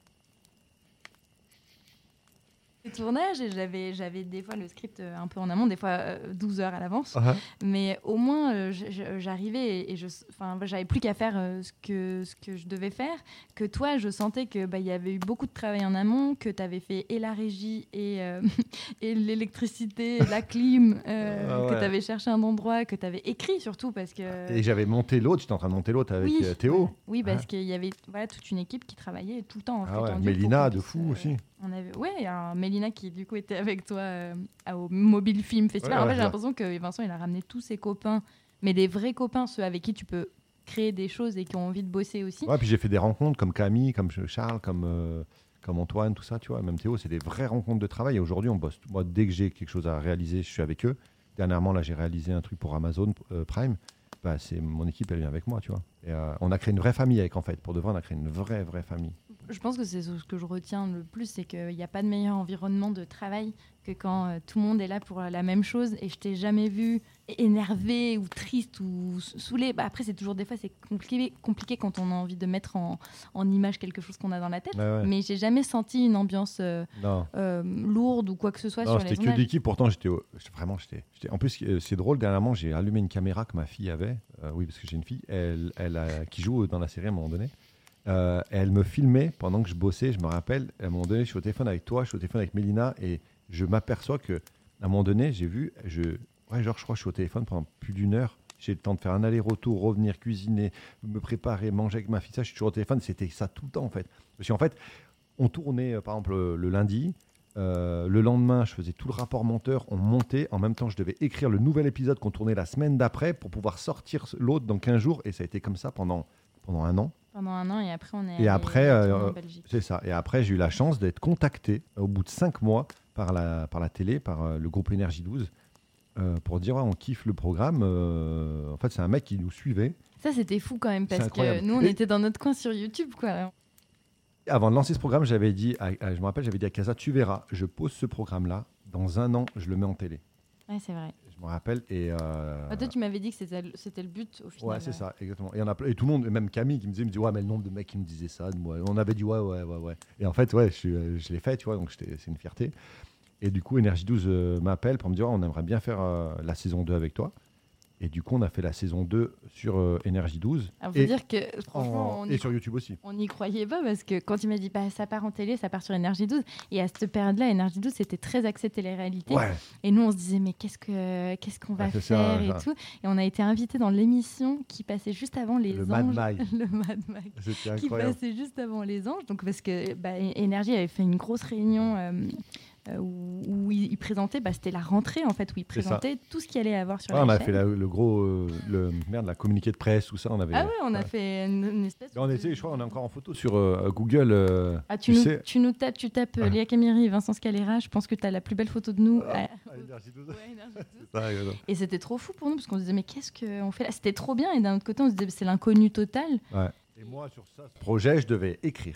Speaker 6: Le tournage et j'avais, j'avais des fois le script un peu en amont, des fois euh, douze heures à l'avance.
Speaker 5: Uh-huh.
Speaker 6: Mais au moins, euh, je- je- j'arrivais et, et je, enfin, j'avais plus qu'à faire euh, ce, que, ce que je devais faire. Que toi, je sentais qu'il bah, y avait eu beaucoup de travail en amont, que tu avais fait et la régie et, euh, et l'électricité, la clim, euh,
Speaker 5: Ah ouais.
Speaker 6: que tu avais cherché un endroit, que tu avais écrit surtout parce que...
Speaker 5: Et j'avais monté l'autre, j'étais en train de monter l'autre avec
Speaker 6: oui,
Speaker 5: euh, Théo.
Speaker 6: voilà. Oui, parce
Speaker 5: Ah.
Speaker 6: qu'il y avait voilà, toute une équipe qui travaillait tout le temps. En
Speaker 5: Ah
Speaker 6: flux
Speaker 5: ouais,
Speaker 6: tendu
Speaker 5: Mélina,
Speaker 6: pour qu'on
Speaker 5: de
Speaker 6: puisse,
Speaker 5: fou
Speaker 6: euh,
Speaker 5: aussi.
Speaker 6: On avait, ouais, alors Mélina qui du coup était avec toi euh, au Mobile Film Festival.
Speaker 5: Ouais,
Speaker 6: en
Speaker 5: ouais,
Speaker 6: fait, j'ai
Speaker 5: ça.
Speaker 6: l'impression que Vincent il a ramené tous ses copains, mais des vrais copains, ceux avec qui tu peux créer des choses et qui ont envie de bosser aussi.
Speaker 5: Ouais, puis j'ai fait des rencontres comme Camille, comme Charles, comme, euh, comme Antoine, tout ça, tu vois. Même Théo, c'est des vraies rencontres de travail. Et aujourd'hui, on bosse. Moi, dès que j'ai quelque chose à réaliser, je suis avec eux. Dernièrement, là, j'ai réalisé un truc pour Amazon euh, Prime. Bah, c'est mon équipe, elle vient avec moi, tu vois. Et euh, on a créé une vraie famille avec, en fait. Pour de vrai, on a créé une vraie, vraie famille.
Speaker 6: Je pense que c'est ce que je retiens le plus, c'est qu'il n'y a pas de meilleur environnement de travail que quand euh, tout le monde est là pour la même chose et je t'ai jamais vu énervé ou triste ou saoulé. Bah, après, c'est toujours des fois c'est compliqué, compliqué quand on a envie de mettre en, en image quelque chose qu'on a dans la tête.
Speaker 5: Ouais, ouais.
Speaker 6: Mais j'ai jamais senti une ambiance euh,
Speaker 5: Non.
Speaker 6: euh, lourde ou quoi que ce soit
Speaker 5: Non,
Speaker 6: sur les
Speaker 5: c'était que
Speaker 6: tournages.
Speaker 5: d'équipe. Pourtant, j'étais au- j'étais- vraiment, j'étais, j'étais- En plus, euh, c'est drôle. Dernièrement, j'ai allumé une caméra que ma fille avait. Euh, oui, parce que j'ai une fille. Elle, elle a- qui joue dans la série à un moment donné. Euh, elle me filmait pendant que je bossais. Je me rappelle. À un moment donné, je suis au téléphone avec toi, je suis au téléphone avec Mélina, et je m'aperçois que, à un moment donné, j'ai vu, je, ouais, genre, je crois, que je suis au téléphone pendant plus d'une heure. J'ai le temps de faire un aller-retour, revenir, cuisiner, me préparer, manger avec ma fille. Ça, je suis toujours au téléphone. C'était ça tout le temps, en fait. Parce qu'en fait, on tournait, euh, par exemple, le, le lundi. Euh, le lendemain, je faisais tout le rapport monteur, on montait. En même temps, je devais écrire le nouvel épisode qu'on tournait la semaine d'après pour pouvoir sortir l'autre dans quinze jours. Et ça a été comme ça pendant, pendant un an.
Speaker 6: Pendant un an et après on est
Speaker 5: Et
Speaker 6: allé
Speaker 5: après,
Speaker 6: tourner
Speaker 5: euh,
Speaker 6: en Belgique.
Speaker 5: c'est ça. Et après, j'ai eu la chance d'être contacté au bout de cinq mois par la, par la télé, par euh, le groupe Énergie douze, euh, pour dire ouais, on kiffe le programme. Euh, en fait, c'est un mec qui nous suivait.
Speaker 6: Ça c'était fou quand même
Speaker 5: C'est
Speaker 6: parce que
Speaker 5: incroyable.
Speaker 6: nous on
Speaker 5: Et-
Speaker 6: était dans notre coin sur YouTube quoi.
Speaker 5: Avant de lancer ce programme, j'avais dit, à- à- je me rappelle, j'avais dit à Casa, tu verras, je pose ce programme-là, dans un an, je le mets en télé.
Speaker 6: Ouais c'est vrai.
Speaker 5: Je me rappelle. Et euh,
Speaker 6: Ah, toi tu m'avais dit que c'était le- c'était le but au final.
Speaker 5: ouais, c'est ça, exactement. Et, on a, et tout le monde, et même Camille qui me disait, me dit, ouais, mais le nombre de mecs qui me disaient ça, de moi. On avait dit, ouais, ouais, ouais, ouais. Et en fait, ouais, je, suis- euh, je l'ai fait, tu vois, donc j'étais- c'est une fierté. Et du coup, Énergie douze euh, m'appelle pour me dire, ouais, on aimerait bien faire euh, la saison deux avec toi. Et du coup, on a fait la saison deux sur euh, Énergie douze.
Speaker 6: Alors faut
Speaker 5: et,
Speaker 6: dire que franchement
Speaker 5: en-
Speaker 6: on
Speaker 5: et
Speaker 6: y,
Speaker 5: sur YouTube aussi.
Speaker 6: on n'y croyait pas parce que quand il m'a dit bah, ça part en télé, ça part sur Énergie douze et à cette période-là Énergie douze c'était très axé télé-réalité
Speaker 5: Ouais.
Speaker 6: et nous on se disait mais qu'est-ce que qu'est-ce qu'on va
Speaker 5: Ouais, c'est ça,
Speaker 6: faire et
Speaker 5: ça.
Speaker 6: tout et on a été invités dans l'émission qui passait juste avant les
Speaker 5: Le
Speaker 6: anges.
Speaker 5: Mad Mag.
Speaker 6: Le Mad Mag.
Speaker 5: C'était
Speaker 6: Qui
Speaker 5: incroyable.
Speaker 6: passait juste avant les anges, donc parce que bah, Énergie avait fait une grosse réunion euh, euh, où, où il, il présentait, bah, c'était la rentrée en fait, où il
Speaker 5: C'est ça.
Speaker 6: présentait tout ce qu'il allait avoir sur
Speaker 5: Ouais,
Speaker 6: la
Speaker 5: on a
Speaker 6: chaîne.
Speaker 5: fait la- le gros, euh, le, merde, la communiqué de presse, tout ça. On avait,
Speaker 6: Ah ouais, on a
Speaker 5: ouais.
Speaker 6: fait une, une espèce.
Speaker 5: On
Speaker 6: de-
Speaker 5: était, je crois, on est encore en photo sur euh, Google. euh,
Speaker 6: Ah, tu,
Speaker 5: tu
Speaker 6: nous,
Speaker 5: sais.
Speaker 6: tu nous tapes, tu tapes euh,
Speaker 5: Ouais.
Speaker 6: Léa Camiri et Vincent Scalera, je pense que tu as la plus belle photo de nous.
Speaker 5: Ah,
Speaker 6: Ah,
Speaker 5: à Énergie douze.
Speaker 6: ouais, Énergie douze.
Speaker 5: C'est ça, exactement.
Speaker 6: Et c'était trop fou pour nous parce qu'on se disait mais qu'est-ce qu'on fait là? C'était trop bien et d'un autre côté on se disait c'est l'inconnu total.
Speaker 5: Ouais. Et moi, sur ça, ce projet, je devais écrire.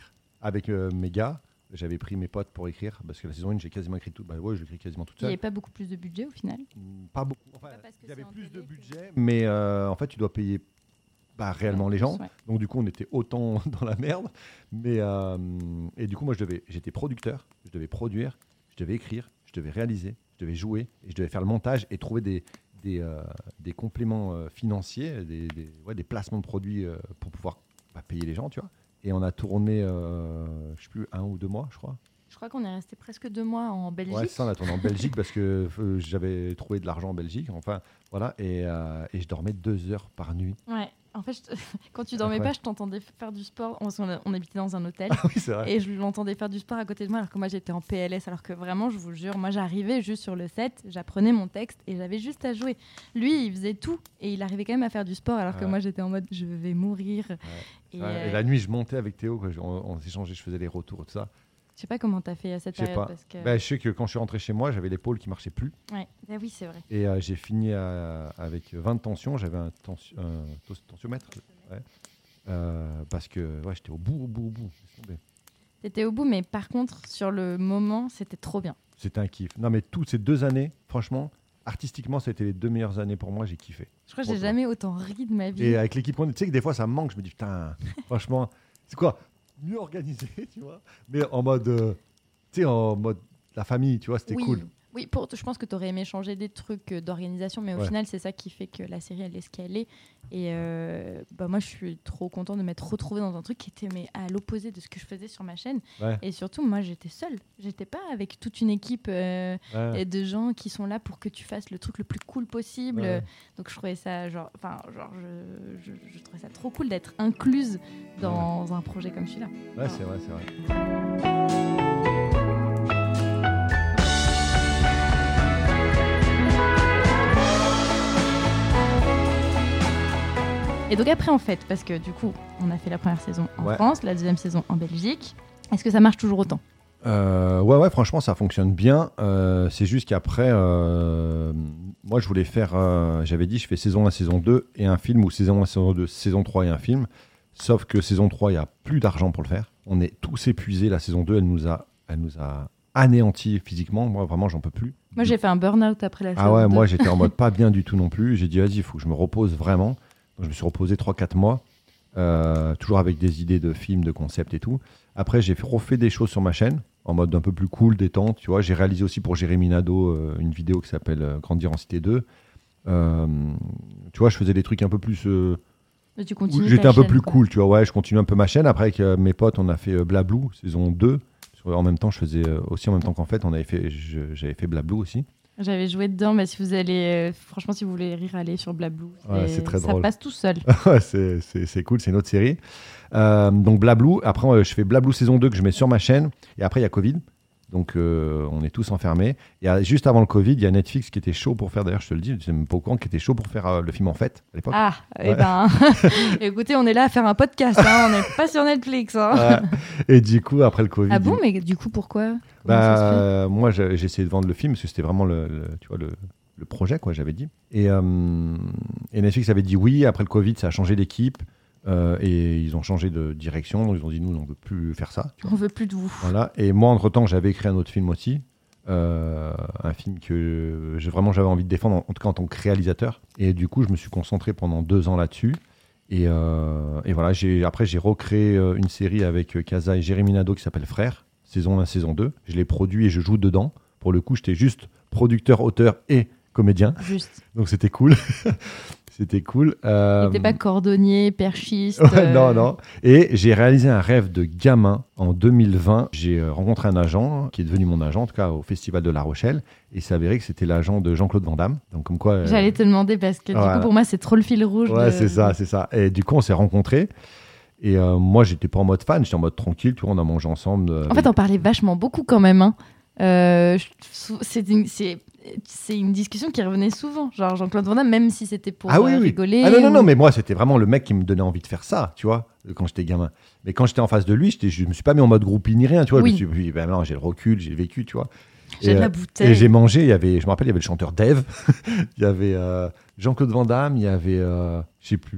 Speaker 5: avec euh, mes gars. J'avais pris mes potes pour écrire, parce que la saison un, j'ai quasiment écrit tout. Bah ouais, je l'écris quasiment toute
Speaker 6: Il
Speaker 5: seule.
Speaker 6: n'y avait pas beaucoup plus de budget au final.
Speaker 5: Pas beaucoup. Enfin,
Speaker 6: Pas parce que
Speaker 5: il y avait
Speaker 6: c'est en
Speaker 5: plus de
Speaker 6: télé que-
Speaker 5: budget, mais euh, en fait, tu dois payer bah, réellement les gens.
Speaker 6: Ouais.
Speaker 5: Donc du coup, on était autant dans la merde. Mais euh, et du coup, moi, je devais, j'étais producteur, je devais produire, je devais écrire, je devais réaliser, je devais jouer, et je devais faire le montage et trouver des des, euh, des compléments euh, financiers, des, des, ouais, des placements de produits euh, pour pouvoir bah, payer les gens, tu vois. Et on a tourné, euh, je sais plus, un ou deux mois, je crois.
Speaker 6: Je crois qu'on est resté presque deux mois en Belgique.
Speaker 5: Ouais, ça, on a tourné en Belgique parce que euh, j'avais trouvé de l'argent en Belgique. Enfin, voilà. Et, euh, et je dormais deux heures par nuit.
Speaker 6: Ouais. En fait, je te- quand tu dormais
Speaker 5: Ouais.
Speaker 6: pas, je t'entendais faire du sport. On, on, on habitait dans un hôtel.
Speaker 5: Ah oui, c'est vrai.
Speaker 6: Et je l'entendais faire du sport à côté de moi, alors que moi j'étais en P L S. Alors que vraiment, je vous jure, moi j'arrivais juste sur le set, j'apprenais mon texte et j'avais juste à jouer. Lui, il faisait tout et il arrivait quand même à faire du sport, alors que
Speaker 5: Ouais.
Speaker 6: moi j'étais en mode je vais mourir. Et,
Speaker 5: Ouais,
Speaker 6: euh,
Speaker 5: et la nuit, je montais avec Théo. Quoi. On, on s'échangeait, je faisais les retours, tout ça.
Speaker 6: je sais pas comment t'as fait à cette
Speaker 5: Je sais
Speaker 6: période.
Speaker 5: pas.
Speaker 6: Parce que...
Speaker 5: Ben, je sais que quand je suis rentré chez moi, j'avais l'épaule qui marchait plus.
Speaker 6: Ouais. Ah oui, c'est vrai.
Speaker 5: Et euh, j'ai fini à- avec vingt tensions. J'avais un, tensi- un tos- tensiomètre. Ouais. Euh, parce que ouais, j'étais au bout, au bout, au bout. Laisse tomber.
Speaker 6: T'étais au bout, mais par contre, sur le moment, c'était trop bien.
Speaker 5: C'était un kiff. Non, mais toutes ces deux années, franchement, artistiquement, ça a été les deux meilleures années pour moi. J'ai kiffé.
Speaker 6: Je crois que j'ai
Speaker 5: Trop
Speaker 6: jamais autant ri de ma vie.
Speaker 5: Et avec l'équipe, on- tu sais que des fois, ça me manque. Je me dis, putain, franchement, c'est quoi mieux organisé, tu vois. Mais en mode, euh, tu sais, en mode la famille, tu vois, c'était
Speaker 6: oui.
Speaker 5: cool.
Speaker 6: Oui, pour, je pense que tu aurais aimé changer des trucs euh, d'organisation, mais au
Speaker 5: Ouais.
Speaker 6: final, c'est ça qui fait que la série, elle est ce qu'elle est. Et euh, bah, moi, je suis trop contente de m'être retrouvée dans un truc qui était mais, à l'opposé de ce que je faisais sur ma chaîne.
Speaker 5: Ouais,
Speaker 6: Et surtout, moi, j'étais seule. J'étais pas avec toute une équipe euh,
Speaker 5: ouais.
Speaker 6: et de gens qui sont là pour que tu fasses le truc le plus cool possible.
Speaker 5: Ouais.
Speaker 6: Donc, je trouvais ça, genre, enfin, genre, je, je, je trouvais ça trop cool d'être incluse dans un projet comme celui-là.
Speaker 5: Ouais, c'est vrai, c'est vrai.
Speaker 6: Et donc après, en fait, parce que du coup, on a fait la première saison en
Speaker 5: Ouais.
Speaker 6: France, la deuxième saison en Belgique. Est-ce que ça marche toujours autant?
Speaker 5: Euh, ouais, ouais, franchement, ça fonctionne bien. Euh, c'est juste qu'après, euh, moi, je voulais faire. euh, j'avais dit, je fais saison un, saison deux et un film, ou saison un, saison deux, saison trois et un film. Sauf que saison trois, il n'y a plus d'argent pour le faire. On est tous épuisés. La saison deux, elle nous a, elle nous a anéantis physiquement. Moi, vraiment, j'en peux plus.
Speaker 6: Moi, j'ai fait un burn-out après la saison
Speaker 5: Ah ouais,
Speaker 6: deux.
Speaker 5: moi, j'étais en mode pas bien du tout non plus. J'ai dit, vas-y, il faut que je me repose vraiment. Donc, je me suis reposé trois quatre mois. Euh, toujours avec des idées de films, de concepts et tout. Après, j'ai fait- refait des choses sur ma chaîne, en mode un peu plus cool, détente. Tu vois, j'ai réalisé aussi pour Jérémy Nadeau euh, une vidéo qui s'appelle euh, Grandir en Cité deux. Euh, tu vois, je faisais des trucs un peu plus. euh,
Speaker 6: Mais tu
Speaker 5: où
Speaker 6: continues
Speaker 5: J'étais
Speaker 6: ta
Speaker 5: un peu
Speaker 6: chaîne,
Speaker 5: plus
Speaker 6: quoi.
Speaker 5: cool, tu vois. Ouais, je continue un peu ma chaîne. Après, avec euh, mes potes, on a fait euh, Blablou, saison deux. Sur- En même temps, je faisais euh, aussi en même temps qu'en fait, on avait fait, je- j'avais fait Blablou aussi.
Speaker 6: J'avais joué dedans, mais si vous allez, euh, franchement, si vous voulez rire, allez sur Blablou.
Speaker 5: Ouais, c'est très
Speaker 6: ça
Speaker 5: drôle.
Speaker 6: passe tout seul.
Speaker 5: Ouais, c'est, c'est, c'est cool, c'est une autre série. Euh, donc Blablou, après euh, je fais Blablou saison deux que je mets sur ma chaîne, et après il y a Covid, donc euh, on est tous enfermés. Et euh, juste avant le Covid, il y a Netflix qui était chaud pour faire, d'ailleurs je te le dis, je ne sais même pas au courant, qui était chaud pour faire euh, le film En Fête à l'époque.
Speaker 6: Ah,
Speaker 5: Ouais.
Speaker 6: et ben, écoutez, on est là à faire un podcast, hein, on n'est pas sur Netflix. Hein.
Speaker 5: Ouais. Et du coup, après le Covid...
Speaker 6: Ah bon,
Speaker 5: il-
Speaker 6: mais du coup, pourquoi? Comment
Speaker 5: Bah,
Speaker 6: ça se fait
Speaker 5: euh, moi, j'ai, j'ai essayé de vendre le film parce que c'était vraiment le, le- tu vois, le, le projet, quoi, j'avais dit. Et, euh, et Netflix avait dit oui. Après le Covid, ça a changé d'équipe euh, et ils ont changé de direction. Donc ils ont dit nous, on ne veut plus faire ça. Tu vois.
Speaker 6: On veut plus de vous.
Speaker 5: Voilà. Et moi, entre-temps, j'avais écrit un autre film aussi. Euh, un film que j'ai, vraiment j'avais envie de défendre, en, en tout cas en tant que réalisateur. Et du coup, je me suis concentré pendant deux ans là-dessus. Et, euh, et voilà, j'ai, après, j'ai recréé euh, une série avec euh, Kaza et Jérémy Nadeau qui s'appelle Frères, saison un, saison deux. Je l'ai produit et je joue dedans. Pour le coup, j'étais juste producteur, auteur et comédien.
Speaker 6: Juste.
Speaker 5: Donc c'était cool. C'était cool. Euh,
Speaker 6: T'étais pas cordonnier, perchiste.
Speaker 5: Ouais,
Speaker 6: euh,
Speaker 5: Non, non. Et j'ai réalisé un rêve de gamin en deux mille vingt. J'ai euh, rencontré un agent, qui est devenu mon agent, en tout cas au Festival de La Rochelle. Et il s'avérait que c'était l'agent de Jean-Claude Van Damme. Donc comme quoi... euh,
Speaker 6: J'allais te demander parce que du
Speaker 5: Ouais.
Speaker 6: coup, pour moi, c'est trop le fil rouge.
Speaker 5: Ouais,
Speaker 6: de-
Speaker 5: c'est ça, c'est ça. Et du coup, on s'est rencontrés. Et euh, moi, j'étais pas en mode fan, j'étais en mode tranquille. Tu vois, on a mangé ensemble. euh,
Speaker 6: En fait, on parlait vachement beaucoup quand même. Hein. Euh, je- sou- c'est une, c'est- c'est une discussion qui revenait souvent. Genre Jean-Claude Van Damme, même si c'était pour
Speaker 5: Ah oui,
Speaker 6: euh,
Speaker 5: oui.
Speaker 6: rigoler.
Speaker 5: Ah non, non,
Speaker 6: ou-
Speaker 5: non, mais moi, c'était vraiment le mec qui me donnait envie de faire ça, tu vois, quand j'étais gamin. Mais quand j'étais en face de lui, j'étais, je me suis pas mis en mode groupie ni rien, tu vois.
Speaker 6: Oui.
Speaker 5: Je me suis dit, ben non, j'ai le recul, j'ai le vécu, tu vois.
Speaker 6: J'ai
Speaker 5: Et,
Speaker 6: de la
Speaker 5: euh,
Speaker 6: bouteille.
Speaker 5: Et j'ai mangé, il y avait, je me rappelle, il y avait le chanteur Dave, il y avait euh, Jean-Claude Van Damme, il y avait, euh, je sais plus,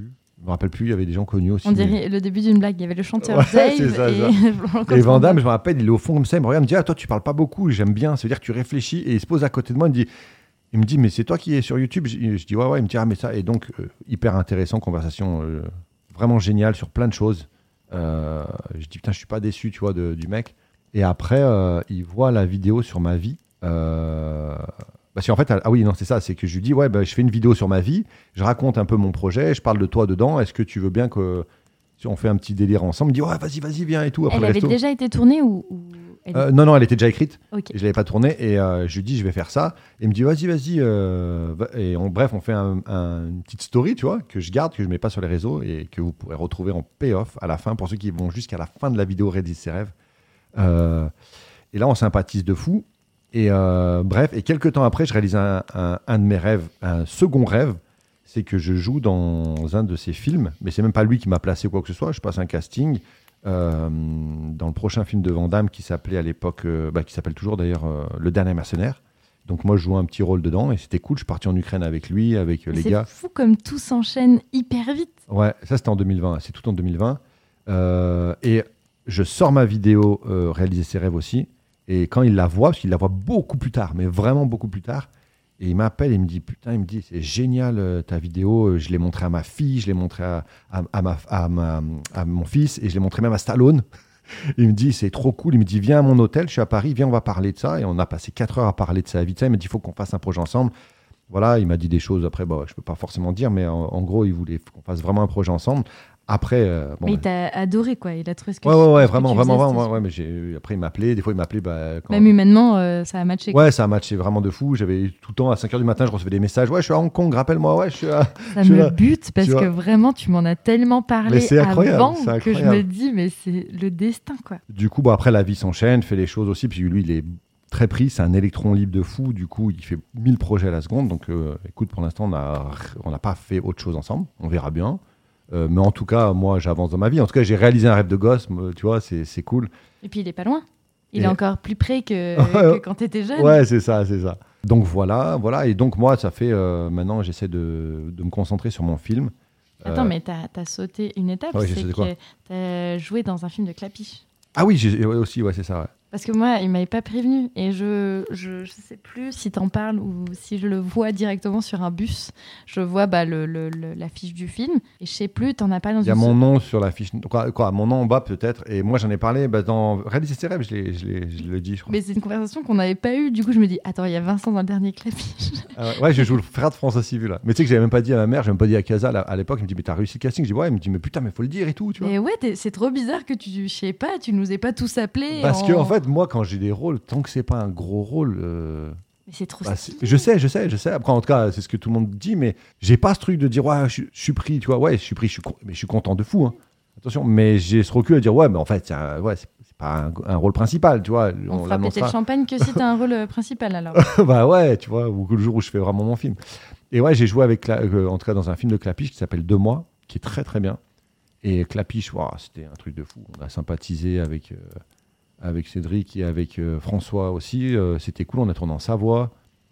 Speaker 5: me rappelle plus, il y avait des gens connus aussi.
Speaker 6: On dirait
Speaker 5: mais...
Speaker 6: le début d'une blague. Il y avait le chanteur
Speaker 5: Ouais,
Speaker 6: Dave
Speaker 5: c'est ça,
Speaker 6: et,
Speaker 5: et Van Damme, je me rappelle, il est au fond comme ça, il me regarde, il me dit ah toi tu parles pas beaucoup, j'aime bien, ça veut dire que tu réfléchis, et il se pose à côté de moi, il me dit, il me dit mais c'est toi qui es sur YouTube, je, je dis ouais ouais, il me dit ah mais ça, et donc euh, hyper intéressant, conversation euh, vraiment géniale sur plein de choses. Euh, je dis putain je suis pas déçu tu vois de, du mec. Et après euh, il voit la vidéo sur ma vie. Euh, Parce qu'en fait, ah oui, non, c'est ça, c'est que je lui dis, ouais, bah, je fais une vidéo sur ma vie, je raconte un peu mon projet, je parle de toi dedans, est-ce que tu veux bien que si on fait un petit délire ensemble? Il me dit, ouais, vas-y, vas-y, viens et tout. Après
Speaker 6: elle
Speaker 5: le
Speaker 6: avait
Speaker 5: resto.
Speaker 6: déjà été tournée ou, ou... Elle...
Speaker 5: Euh, non, non, elle était déjà écrite,
Speaker 6: Ok.
Speaker 5: et je l'avais pas tournée, et euh, je lui dis, je vais faire ça. Et il me dit, vas-y, vas-y. Euh, va- et on, bref, on fait un, un- une petite story, tu vois, que je garde, que je mets pas sur les réseaux, et que vous pourrez retrouver en payoff à la fin, pour ceux qui vont jusqu'à la fin de la vidéo réaliser ses rêves. Euh, et là, on sympathise de fou. Et euh, bref, et quelques temps après, je réalise un, un, un de mes rêves, un second rêve, c'est que je joue dans un de ses films, mais c'est même pas lui qui m'a placé ou quoi que ce soit, je passe un casting euh, dans le prochain film de Van Damme qui s'appelait à l'époque, euh, bah, qui s'appelle toujours d'ailleurs euh, Le Dernier Mercenaire. Donc moi, je joue un petit rôle dedans et c'était cool, je suis parti en Ukraine avec lui, avec euh, les
Speaker 6: c'est
Speaker 5: gars.
Speaker 6: fou comme tout s'enchaîne hyper vite.
Speaker 5: Ouais, ça c'était en deux mille vingt, c'est tout en deux mille vingt. Euh, et je sors ma vidéo euh, Réaliser ses rêves aussi. Et quand il la voit, parce qu'il la voit beaucoup plus tard, mais vraiment beaucoup plus tard, et il m'appelle et il me dit, putain, il me dit, c'est génial euh, ta vidéo, je l'ai montré à ma fille, je l'ai montré à, à, à, ma, à, ma, à mon fils, et je l'ai montré même à Stallone. Il me dit, c'est trop cool, il me dit, viens à mon hôtel, je suis à Paris, viens, on va parler de ça. Et on a passé quatre heures à parler de sa vie, de ça. Il m'a dit, il faut qu'on fasse un projet ensemble. Voilà, il m'a dit des choses, après, bah, je ne peux pas forcément dire, mais en, en gros, il voulait qu'on fasse vraiment un projet ensemble. Après, euh, bon,
Speaker 6: mais il
Speaker 5: bah,
Speaker 6: t'a adoré, quoi. Il a trouvé ce que
Speaker 5: ouais,
Speaker 6: tu,
Speaker 5: ouais, ouais,
Speaker 6: ce que
Speaker 5: vraiment,
Speaker 6: tu
Speaker 5: vraiment,
Speaker 6: faisais,
Speaker 5: vraiment.
Speaker 6: c'était
Speaker 5: Ouais, mais j'ai, après, il m'appelait, des fois, il m'appelait. Bah, quand...
Speaker 6: Même humainement, euh, ça a matché. quoi.
Speaker 5: Ouais, ça a matché vraiment de fou. J'avais tout le temps, à cinq heures du matin, je recevais des messages. Ouais, je suis à Hong Kong, rappelle-moi. Ouais, je suis à...
Speaker 6: Ça
Speaker 5: je suis
Speaker 6: me
Speaker 5: là.
Speaker 6: bute parce
Speaker 5: Tu
Speaker 6: que
Speaker 5: vois.
Speaker 6: vraiment, tu m'en as tellement parlé
Speaker 5: Mais c'est incroyable,
Speaker 6: avant
Speaker 5: c'est
Speaker 6: que je
Speaker 5: incroyable.
Speaker 6: me dis, mais c'est le destin, quoi.
Speaker 5: Du coup, bon, après, la vie s'enchaîne, fait les choses aussi. Puis lui, il est très pris. C'est un électron libre de fou. Du coup, il fait mille projets à la seconde. Donc, euh, écoute, pour l'instant, on n'a on n'a pas fait autre chose ensemble. On verra bien. Euh, mais en tout cas, moi, j'avance dans ma vie. En tout cas, j'ai réalisé un rêve de gosse. moi, Tu vois, c'est, c'est cool.
Speaker 6: Et puis, il est pas loin. Il
Speaker 5: Et-
Speaker 6: est encore plus près que, que quand t'étais jeune.
Speaker 5: Ouais, c'est ça, c'est ça. Donc voilà, voilà. Et donc moi, ça fait euh, maintenant, j'essaie de, de me concentrer sur mon film.
Speaker 6: Attends,
Speaker 5: Euh,
Speaker 6: mais t'as as sauté une étape,
Speaker 5: Ah oui, j'ai
Speaker 6: c'est
Speaker 5: sauté
Speaker 6: que
Speaker 5: quoi
Speaker 6: t'as joué dans un film de Clapiche.
Speaker 5: Ah oui, j'ai, ouais, aussi, ouais, c'est ça. Ouais.
Speaker 6: Parce que moi, il m'avait pas prévenu et je, je je sais plus si t'en parles ou si je le vois directement sur un bus. Je vois bah, le, le, le- l'affiche du film et je sais plus, t'en as pas dans
Speaker 5: Il y a
Speaker 6: une
Speaker 5: mon
Speaker 6: so-
Speaker 5: nom sur la fiche. Quoi, quoi, mon nom en bas peut-être. Et moi, j'en ai parlé bah, dans Réaliser ses rêves. Je, l'ai, je, l'ai, je le dis, je crois.
Speaker 6: Mais c'est une conversation qu'on n'avait pas eue. Du coup, je me dis, attends, il y a Vincent dans le dernier Clapiche.
Speaker 5: Ah ouais, ouais, je joue le frère de France aussi, vu là. Mais tu sais que j'avais même pas dit à ma mère, j'avais même pas dit à Casa là, à l'époque. Il me dit, mais t'as réussi le casting. Je dis, ouais. Il me dit, mais putain, mais faut le dire et tout. Tu vois.
Speaker 6: Mais ouais, t'es- c'est trop bizarre que tu, je sais pas, tu nous aies pas tous appelés.
Speaker 5: Parce
Speaker 6: en...
Speaker 5: que en fait, moi, quand j'ai des rôles, tant que c'est pas un gros rôle. euh,
Speaker 6: Mais c'est trop
Speaker 5: Bah,
Speaker 6: stylé.
Speaker 5: c'est- je sais, je sais, je sais. Après, en tout cas, c'est ce que tout le monde dit, mais j'ai pas ce truc de dire, ouais, je, je suis pris, tu vois. Ouais, je suis pris, je suis, con- mais je suis content de fou. Hein. Attention, mais j'ai ce recul à dire, ouais, mais en fait, c'est, un- ouais, c'est, c'est pas un, un rôle principal, tu vois.
Speaker 6: On,
Speaker 5: On,
Speaker 6: fera péter le
Speaker 5: l'annoncera.
Speaker 6: champagne que si t'as un rôle euh, principal alors.
Speaker 5: Bah ouais, tu vois, ou que le jour où je fais vraiment mon film. Et ouais, j'ai joué avec, Cla- euh, en tout cas, dans un film de Clapiche qui s'appelle Deux mois, qui est très très bien. Et Clapiche, ouah, c'était un truc de fou. On a sympathisé avec, euh, avec Cédric et avec euh, François aussi. Euh, c'était cool, on a tourné en Savoie.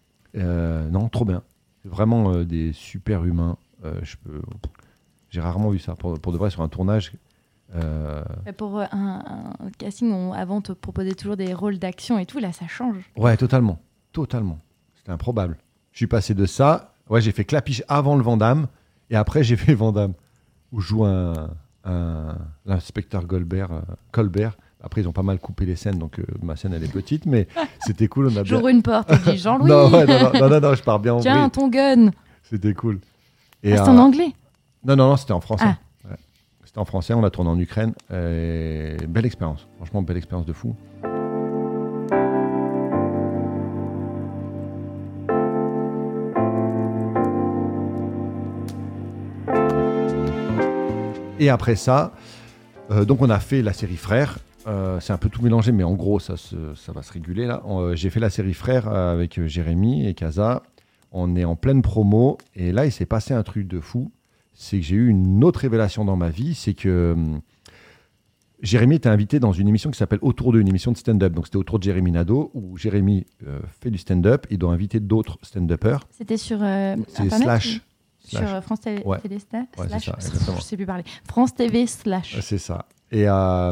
Speaker 5: Euh, non, trop bien. Vraiment euh, des super humains. Euh, je peux... J'ai rarement vu ça. Pour, pour de vrai, sur un tournage. euh,
Speaker 6: Mais Pour euh, un, un casting, on, avant, on te proposait toujours des rôles d'action et tout. Là, ça change.
Speaker 5: Ouais, totalement. Totalement. C'était improbable. Je suis passé de ça. Ouais, j'ai fait Clapiche avant le Van Damme. Et après, j'ai fait Van Damme. Où je joue un, un, l'inspecteur Colbert, euh, Colbert. Après, ils ont pas mal coupé les scènes. Donc, euh, ma scène, elle est petite. Mais c'était cool. On a bien...
Speaker 6: J'ouvre une porte et je dis Jean-Louis.
Speaker 5: non, ouais, non, non, non, non, non, je pars bien en
Speaker 6: Tiens,
Speaker 5: vrille.
Speaker 6: ton gun.
Speaker 5: C'était cool. Et,
Speaker 6: Ah, c'est
Speaker 5: euh,
Speaker 6: en anglais.
Speaker 5: Non, non, non, c'était en français.
Speaker 6: Ah.
Speaker 5: Ouais. C'était en français, on a tourné en Ukraine. Et belle expérience. Franchement, belle expérience de fou. Et après ça, euh, donc on a fait la série Frères. Euh, c'est un peu tout mélangé, mais en gros, ça, se, ça va se réguler là. On- euh, j'ai fait la série Frères euh, avec euh, Jérémy et Casa. On est en pleine promo. Et là, il s'est passé un truc de fou. C'est que j'ai eu une autre révélation dans ma vie. C'est que hum, Jérémy était invité dans une émission qui s'appelle Autour d'eux, une émission de stand-up. Donc c'était autour de Jérémy Nadeau, où Jérémy euh, fait du stand-up. Il doit inviter d'autres stand-uppers.
Speaker 6: C'était sur euh,
Speaker 5: C'est
Speaker 6: Internet
Speaker 5: Slash.
Speaker 6: ou- sur euh, France T V
Speaker 5: Ouais.
Speaker 6: Télé slash,
Speaker 5: Ouais, c'est ça, exactement.
Speaker 6: je sais plus parler. France T V slash.
Speaker 5: Ouais, c'est ça. Et, euh,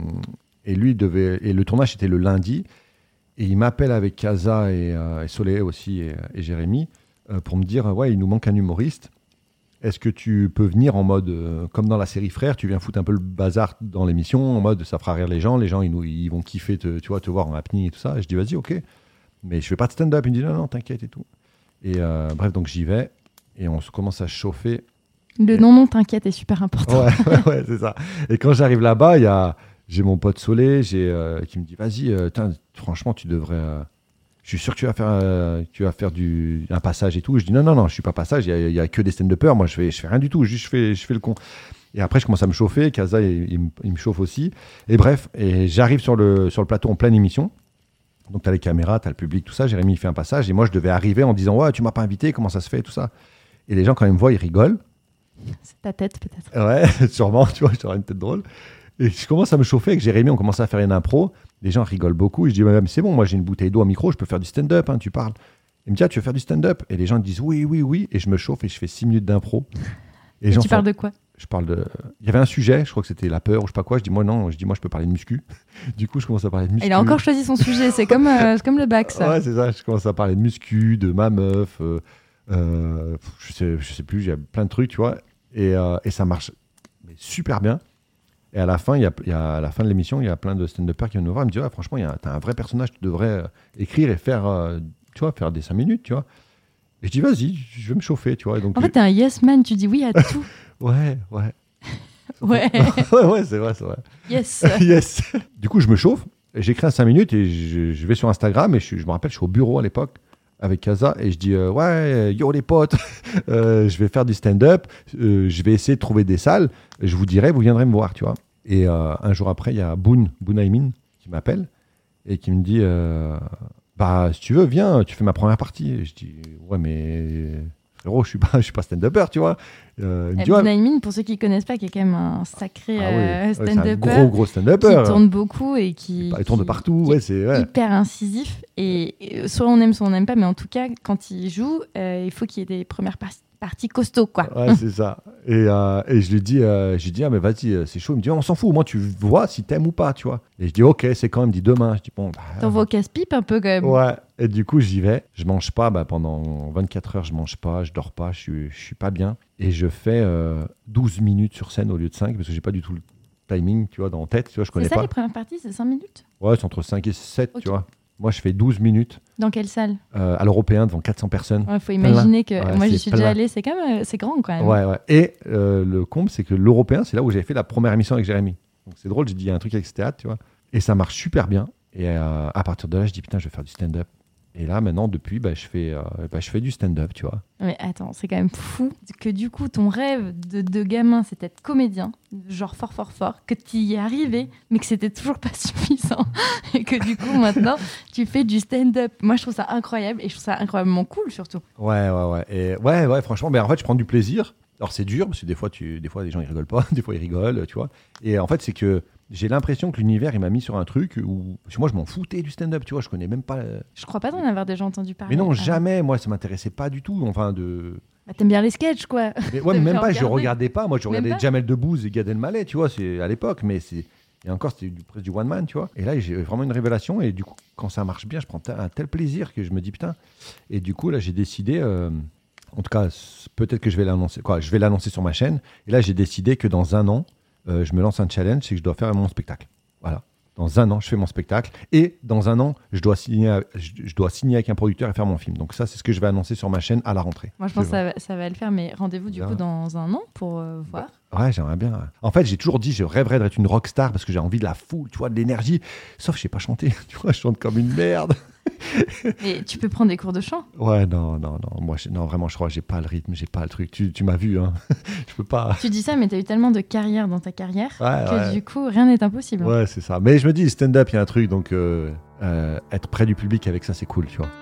Speaker 5: et lui, il devait, et le tournage était le lundi. Et il m'appelle avec Casa et, euh, et Soleil aussi et, et Jérémy euh, pour me dire ouais, il nous manque un humoriste. Est-ce que tu peux venir en mode, euh, comme dans la série Frères, tu viens foutre un peu le bazar dans l'émission, en mode ça fera rire les gens, les gens ils, nous, ils vont kiffer te, tu vois, te voir en happening et tout ça. Et je dis vas-y, ok, mais je fais pas de stand-up. Il me dit non, non, t'inquiète et tout. Et euh, bref, donc j'y vais et on se commence à chauffer.
Speaker 6: Le
Speaker 5: et...
Speaker 6: non, non, t'inquiète est super important.
Speaker 5: Ouais, ouais, ouais, c'est ça. Et quand j'arrive là-bas, il y a, j'ai mon pote Soleil j'ai, euh, qui me dit vas-y, euh, franchement, tu devrais. Euh, je suis sûr que tu vas faire, euh, tu vas faire du, un passage et tout. Je dis non, non, non, je suis pas passage. Il y a, a que des stand-uppers. Moi, je fais, je fais rien du tout. Juste, je fais, je fais le con. Et après, je commence à me chauffer. Casa, il, il, me- il me chauffe aussi. Et bref, et j'arrive sur le, sur le plateau en pleine émission. Donc, tu as les caméras, tu as le public, tout ça. Jérémy, il fait un passage. Et moi, je devais arriver en disant ouais, tu m'as pas invité. Comment ça se fait, tout ça. Et les gens, quand ils me voient, ils rigolent.
Speaker 6: C'est ta tête peut-être.
Speaker 5: Ouais, sûrement, tu vois, j'aurais une tête drôle. Et je commence à me chauffer avec Jérémy, on commence à faire une impro. Les gens rigolent beaucoup. Et je dis, mais c'est bon, moi j'ai une bouteille d'eau au micro, je peux faire du stand-up, hein, tu parles. Il me dit, ah, tu veux faire du stand-up? Et les gens disent, oui, oui, oui. Et je me chauffe et je fais six minutes d'impro. Et, les
Speaker 6: Et
Speaker 5: gens
Speaker 6: tu
Speaker 5: font-
Speaker 6: parles de quoi?
Speaker 5: Je parle de. Il y avait un sujet, je crois que c'était la peur ou je sais pas quoi. Je dis, moi non, je dis, moi je peux parler de muscu. Du coup, je commence à parler de muscu.
Speaker 6: Il a encore choisi son sujet, c'est comme, euh, c'est comme le bac ça.
Speaker 5: Ouais, c'est ça. Je commence à parler de muscu, de ma meuf. Euh, euh, je, sais, je sais plus, il y a plein de trucs, tu vois. Et, euh, et ça marche mais super bien. Et à la fin, il y a, il y a- à la fin de l'émission, il y a plein de stand-uppers qui viennent nous voir et me disent ah, franchement, il y a- t'as un vrai personnage, tu devrais euh, écrire et faire, euh, tu vois, faire des cinq minutes, tu vois. Et je dis vas-y, je vais me chauffer, tu vois. Et donc,
Speaker 6: En fait, t'es un yes man, tu dis oui à tout.
Speaker 5: ouais, ouais.
Speaker 6: Ouais,
Speaker 5: ouais, ouais, c'est vrai, c'est vrai.
Speaker 6: yes.
Speaker 5: Yes. Du coup, je me chauffe, et j'écris un cinq minutes et je, je vais sur Instagram et je, je me rappelle, je suis au bureau à l'époque avec Casa et je dis euh, ouais, yo les potes, euh, je vais faire du stand-up, euh, je vais essayer de trouver des salles, je vous dirai, vous viendrez me voir, tu vois. Et euh, un jour après, il y a Boone, Boone Aymin qui m'appelle et qui me dit euh, bah si tu veux, viens, tu fais ma première partie. Et je dis ouais, mais frérot, je suis pas, je suis pas stand-upper, tu vois. Euh, il me
Speaker 6: Et
Speaker 5: dit, ouais,
Speaker 6: Bunaimin, pour ceux qui connaissent pas, qui est quand même un sacré
Speaker 5: ah oui,
Speaker 6: euh,
Speaker 5: ouais, c'est un
Speaker 6: stand-upper,
Speaker 5: gros gros
Speaker 6: qui
Speaker 5: stand-upper.
Speaker 6: tourne beaucoup et qui,
Speaker 5: Il tourne de
Speaker 6: qui-
Speaker 5: partout,
Speaker 6: qui
Speaker 5: ouais,
Speaker 6: est
Speaker 5: c'est ouais.
Speaker 6: hyper incisif. Et, et soit on aime, soit on n'aime pas, mais en tout cas, quand il joue, euh, il faut qu'il y ait des premières par- parties costauds, quoi.
Speaker 5: Ouais, c'est ça. Et, euh, et je lui dis, euh, je lui dis, ah, mais vas-y, euh, c'est chaud. Il me dit, on s'en fout, au moins tu vois si t'aimes ou pas, tu vois. Et je dis, ok, c'est quand? Il me dit, demain. Je dis, bon, bah,
Speaker 6: T'envoies au casse-pipe un peu quand même.
Speaker 5: ouais. Et du coup, j'y vais. Je mange pas, bah, pendant vingt-quatre heures, je mange pas, je dors pas, je suis, je suis pas bien. Et je fais euh, douze minutes sur scène au lieu de cinq, parce que j'ai pas du tout le timing, tu vois, dans la tête, tu vois, je
Speaker 6: C'est
Speaker 5: connais
Speaker 6: ça
Speaker 5: pas.
Speaker 6: les premières parties, c'est cinq minutes?
Speaker 5: Ouais, c'est entre cinq et sept,
Speaker 6: Ok.
Speaker 5: tu vois. Moi, je fais douze minutes
Speaker 6: Dans quelle salle?
Speaker 5: euh, à l'Européen devant quatre cents personnes.
Speaker 6: Il faut imaginer que
Speaker 5: Ouais,
Speaker 6: moi
Speaker 5: c'est
Speaker 6: je suis
Speaker 5: plein.
Speaker 6: déjà allée, c'est quand même, euh, c'est grand quand même.
Speaker 5: Ouais, ouais. Et euh, le comble, c'est que l'Européen, c'est là où j'avais fait la première émission avec Jérémy. Donc c'est drôle, j'ai dit, il y a un truc avec ce théâtre, tu vois. Et ça marche super bien. Et euh, à partir de là, je dis, putain, je vais faire du stand-up. Et là, maintenant, depuis, bah, je, fais, euh, bah, je fais du stand-up, tu vois.
Speaker 6: Mais attends, c'est quand même fou que du coup ton rêve de, de gamin c'était d'être comédien, genre fort fort fort, que tu y es arrivé, mais que c'était toujours pas suffisant. Et que du coup maintenant tu fais du stand-up. Moi je trouve ça incroyable et je trouve ça incroyablement cool surtout.
Speaker 5: Ouais, ouais, ouais. Et ouais, ouais, franchement, mais en fait, je prends du plaisir. Alors, c'est dur, parce que des fois, tu, des fois, les gens, ils rigolent pas. Des fois, ils rigolent, tu vois. Et en fait, c'est que j'ai l'impression que l'univers, il m'a mis sur un truc où... Parce que moi, je m'en foutais du stand-up, tu vois. Je connais même pas...
Speaker 6: Je crois pas d'en avoir déjà entendu parler.
Speaker 5: Mais non,
Speaker 6: Ah.
Speaker 5: jamais. Moi, ça m'intéressait pas du tout. Enfin, de...
Speaker 6: Bah, t'aimes bien les sketchs quoi.
Speaker 5: Mais ouais, mais
Speaker 6: De
Speaker 5: même
Speaker 6: faire
Speaker 5: pas, je
Speaker 6: regarder.
Speaker 5: regardais pas. Moi, je
Speaker 6: Même
Speaker 5: regardais
Speaker 6: pas
Speaker 5: Jamel Debbouze et Gad Elmaleh, tu vois, c'est à l'époque, mais c'est. Et encore, c'était du, presque du one man, tu vois. Et là, j'ai vraiment une révélation. Et du coup, quand ça marche bien, je prends un tel plaisir que je me dis putain. Et du coup, là, j'ai décidé. euh, en tout cas, c- peut-être que je vais l'annoncer. Quoi, je vais l'annoncer sur ma chaîne. Et là, j'ai décidé que dans un an, euh, je me lance un challenge, c'est que je dois faire mon spectacle. Voilà. Dans un an, je fais mon spectacle. Et dans un an, je dois signer, je, je dois signer avec un producteur et faire mon film. Donc ça, c'est ce que je vais annoncer sur ma chaîne à la rentrée.
Speaker 6: Moi je pense
Speaker 5: C'est
Speaker 6: que ça va, ça va le faire, mais rendez-vous du
Speaker 5: Bien.
Speaker 6: coup dans un an pour euh, voir.
Speaker 5: Ouais, j'aimerais bien. En fait, j'ai toujours dit, je rêverais d'être une rockstar parce que j'ai envie de la foule, tu vois, de l'énergie. Sauf que je sais pas chanter, tu vois, je chante comme une merde.
Speaker 6: Et tu peux prendre des cours de chant.
Speaker 5: Ouais, non, non, non. Moi, je- non, vraiment, je crois que j'ai pas le rythme, j'ai pas le truc. Tu, tu m'as vu, hein. Je peux pas.
Speaker 6: Tu dis ça, mais t'as eu tellement de carrière dans ta carrière
Speaker 5: Ouais,
Speaker 6: que
Speaker 5: ouais.
Speaker 6: du coup rien n'est impossible.
Speaker 5: Ouais, c'est ça. Mais je me dis, stand-up, il y a un truc, donc euh, euh, être près du public avec ça, c'est cool, tu vois.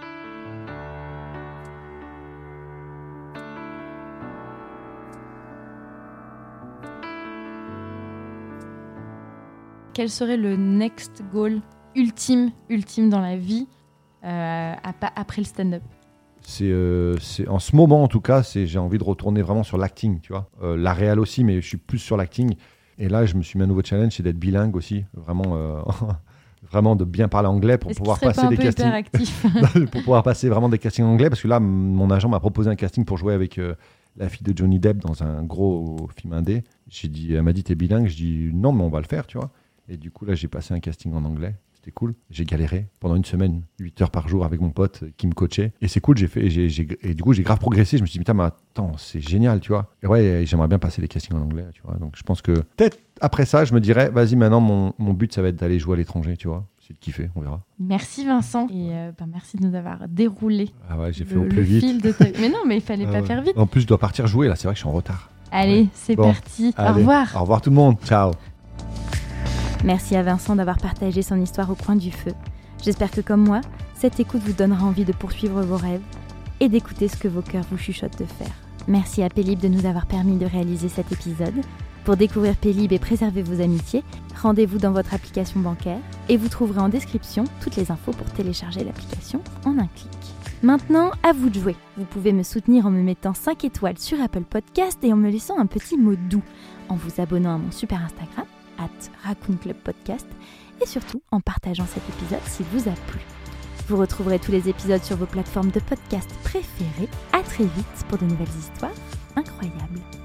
Speaker 6: Quel serait le next goal ultime, ultime dans la vie euh, à pas- après le stand-up?
Speaker 5: c'est, euh, c'est en ce moment en tout cas, c'est, j'ai envie de retourner vraiment sur l'acting, tu vois. Euh, la réal aussi, mais je suis plus sur l'acting. Et là, je me suis mis un nouveau challenge, c'est d'être bilingue aussi, vraiment, euh, vraiment de bien parler anglais pour
Speaker 6: Est-ce
Speaker 5: pouvoir
Speaker 6: qu'il serait
Speaker 5: passer
Speaker 6: pas un
Speaker 5: des
Speaker 6: peu
Speaker 5: castings,
Speaker 6: hyperactif
Speaker 5: pour pouvoir passer vraiment des castings anglais. Parce que là, m- mon agent m'a proposé un casting pour jouer avec euh, la fille de Johnny Depp dans un gros film indé. J'ai dit, elle m'a dit, t'es bilingue. Je dis, non, mais on va le faire, tu vois. Et du coup, là, j'ai passé un casting en anglais. C'était cool. J'ai galéré pendant une semaine, huit heures par jour avec mon pote qui me coachait. Et c'est cool, j'ai fait, et, j'ai, j'ai, et du coup, j'ai grave progressé. Je me suis dit, putain, mais attends, c'est génial, tu vois. Et ouais, j'aimerais bien passer les castings en anglais, tu vois. Donc, je pense que peut-être après ça, je me dirais, vas-y, maintenant, mon, mon but, ça va être d'aller jouer à l'étranger, tu vois. C'est de kiffer, on verra.
Speaker 6: Merci Vincent. Et euh, ben, merci de nous avoir déroulé
Speaker 5: Ah ouais, j'ai fait
Speaker 6: le,
Speaker 5: au plus
Speaker 6: le
Speaker 5: vite.
Speaker 6: fil de ta... Mais non, mais il fallait
Speaker 5: Ah
Speaker 6: pas
Speaker 5: ouais.
Speaker 6: faire vite.
Speaker 5: En plus, je dois partir jouer, là. C'est vrai que je suis en retard.
Speaker 6: Allez,
Speaker 5: Ouais.
Speaker 6: c'est
Speaker 5: Bon,
Speaker 6: parti. Au
Speaker 5: Allez.
Speaker 6: revoir.
Speaker 5: Au revoir tout le monde. Ciao.
Speaker 4: Merci à Vincent d'avoir partagé son histoire au coin du feu. J'espère que comme moi, cette écoute vous donnera envie de poursuivre vos rêves et d'écouter ce que vos cœurs vous chuchotent de faire. Merci à Pélib de nous avoir permis de réaliser cet épisode. Pour découvrir Pélib et préserver vos amitiés, rendez-vous dans votre application bancaire et vous trouverez en description toutes les infos pour télécharger l'application en un clic. Maintenant, à vous de jouer. Vous pouvez me soutenir en me mettant cinq étoiles sur Apple Podcast et en me laissant un petit mot doux, en vous abonnant à mon super Instagram, arobase Raccoon Club Podcast, et surtout en partageant cet épisode s'il vous a plu. Vous retrouverez tous les épisodes sur vos plateformes de podcast préférées. À très vite pour de nouvelles histoires incroyables.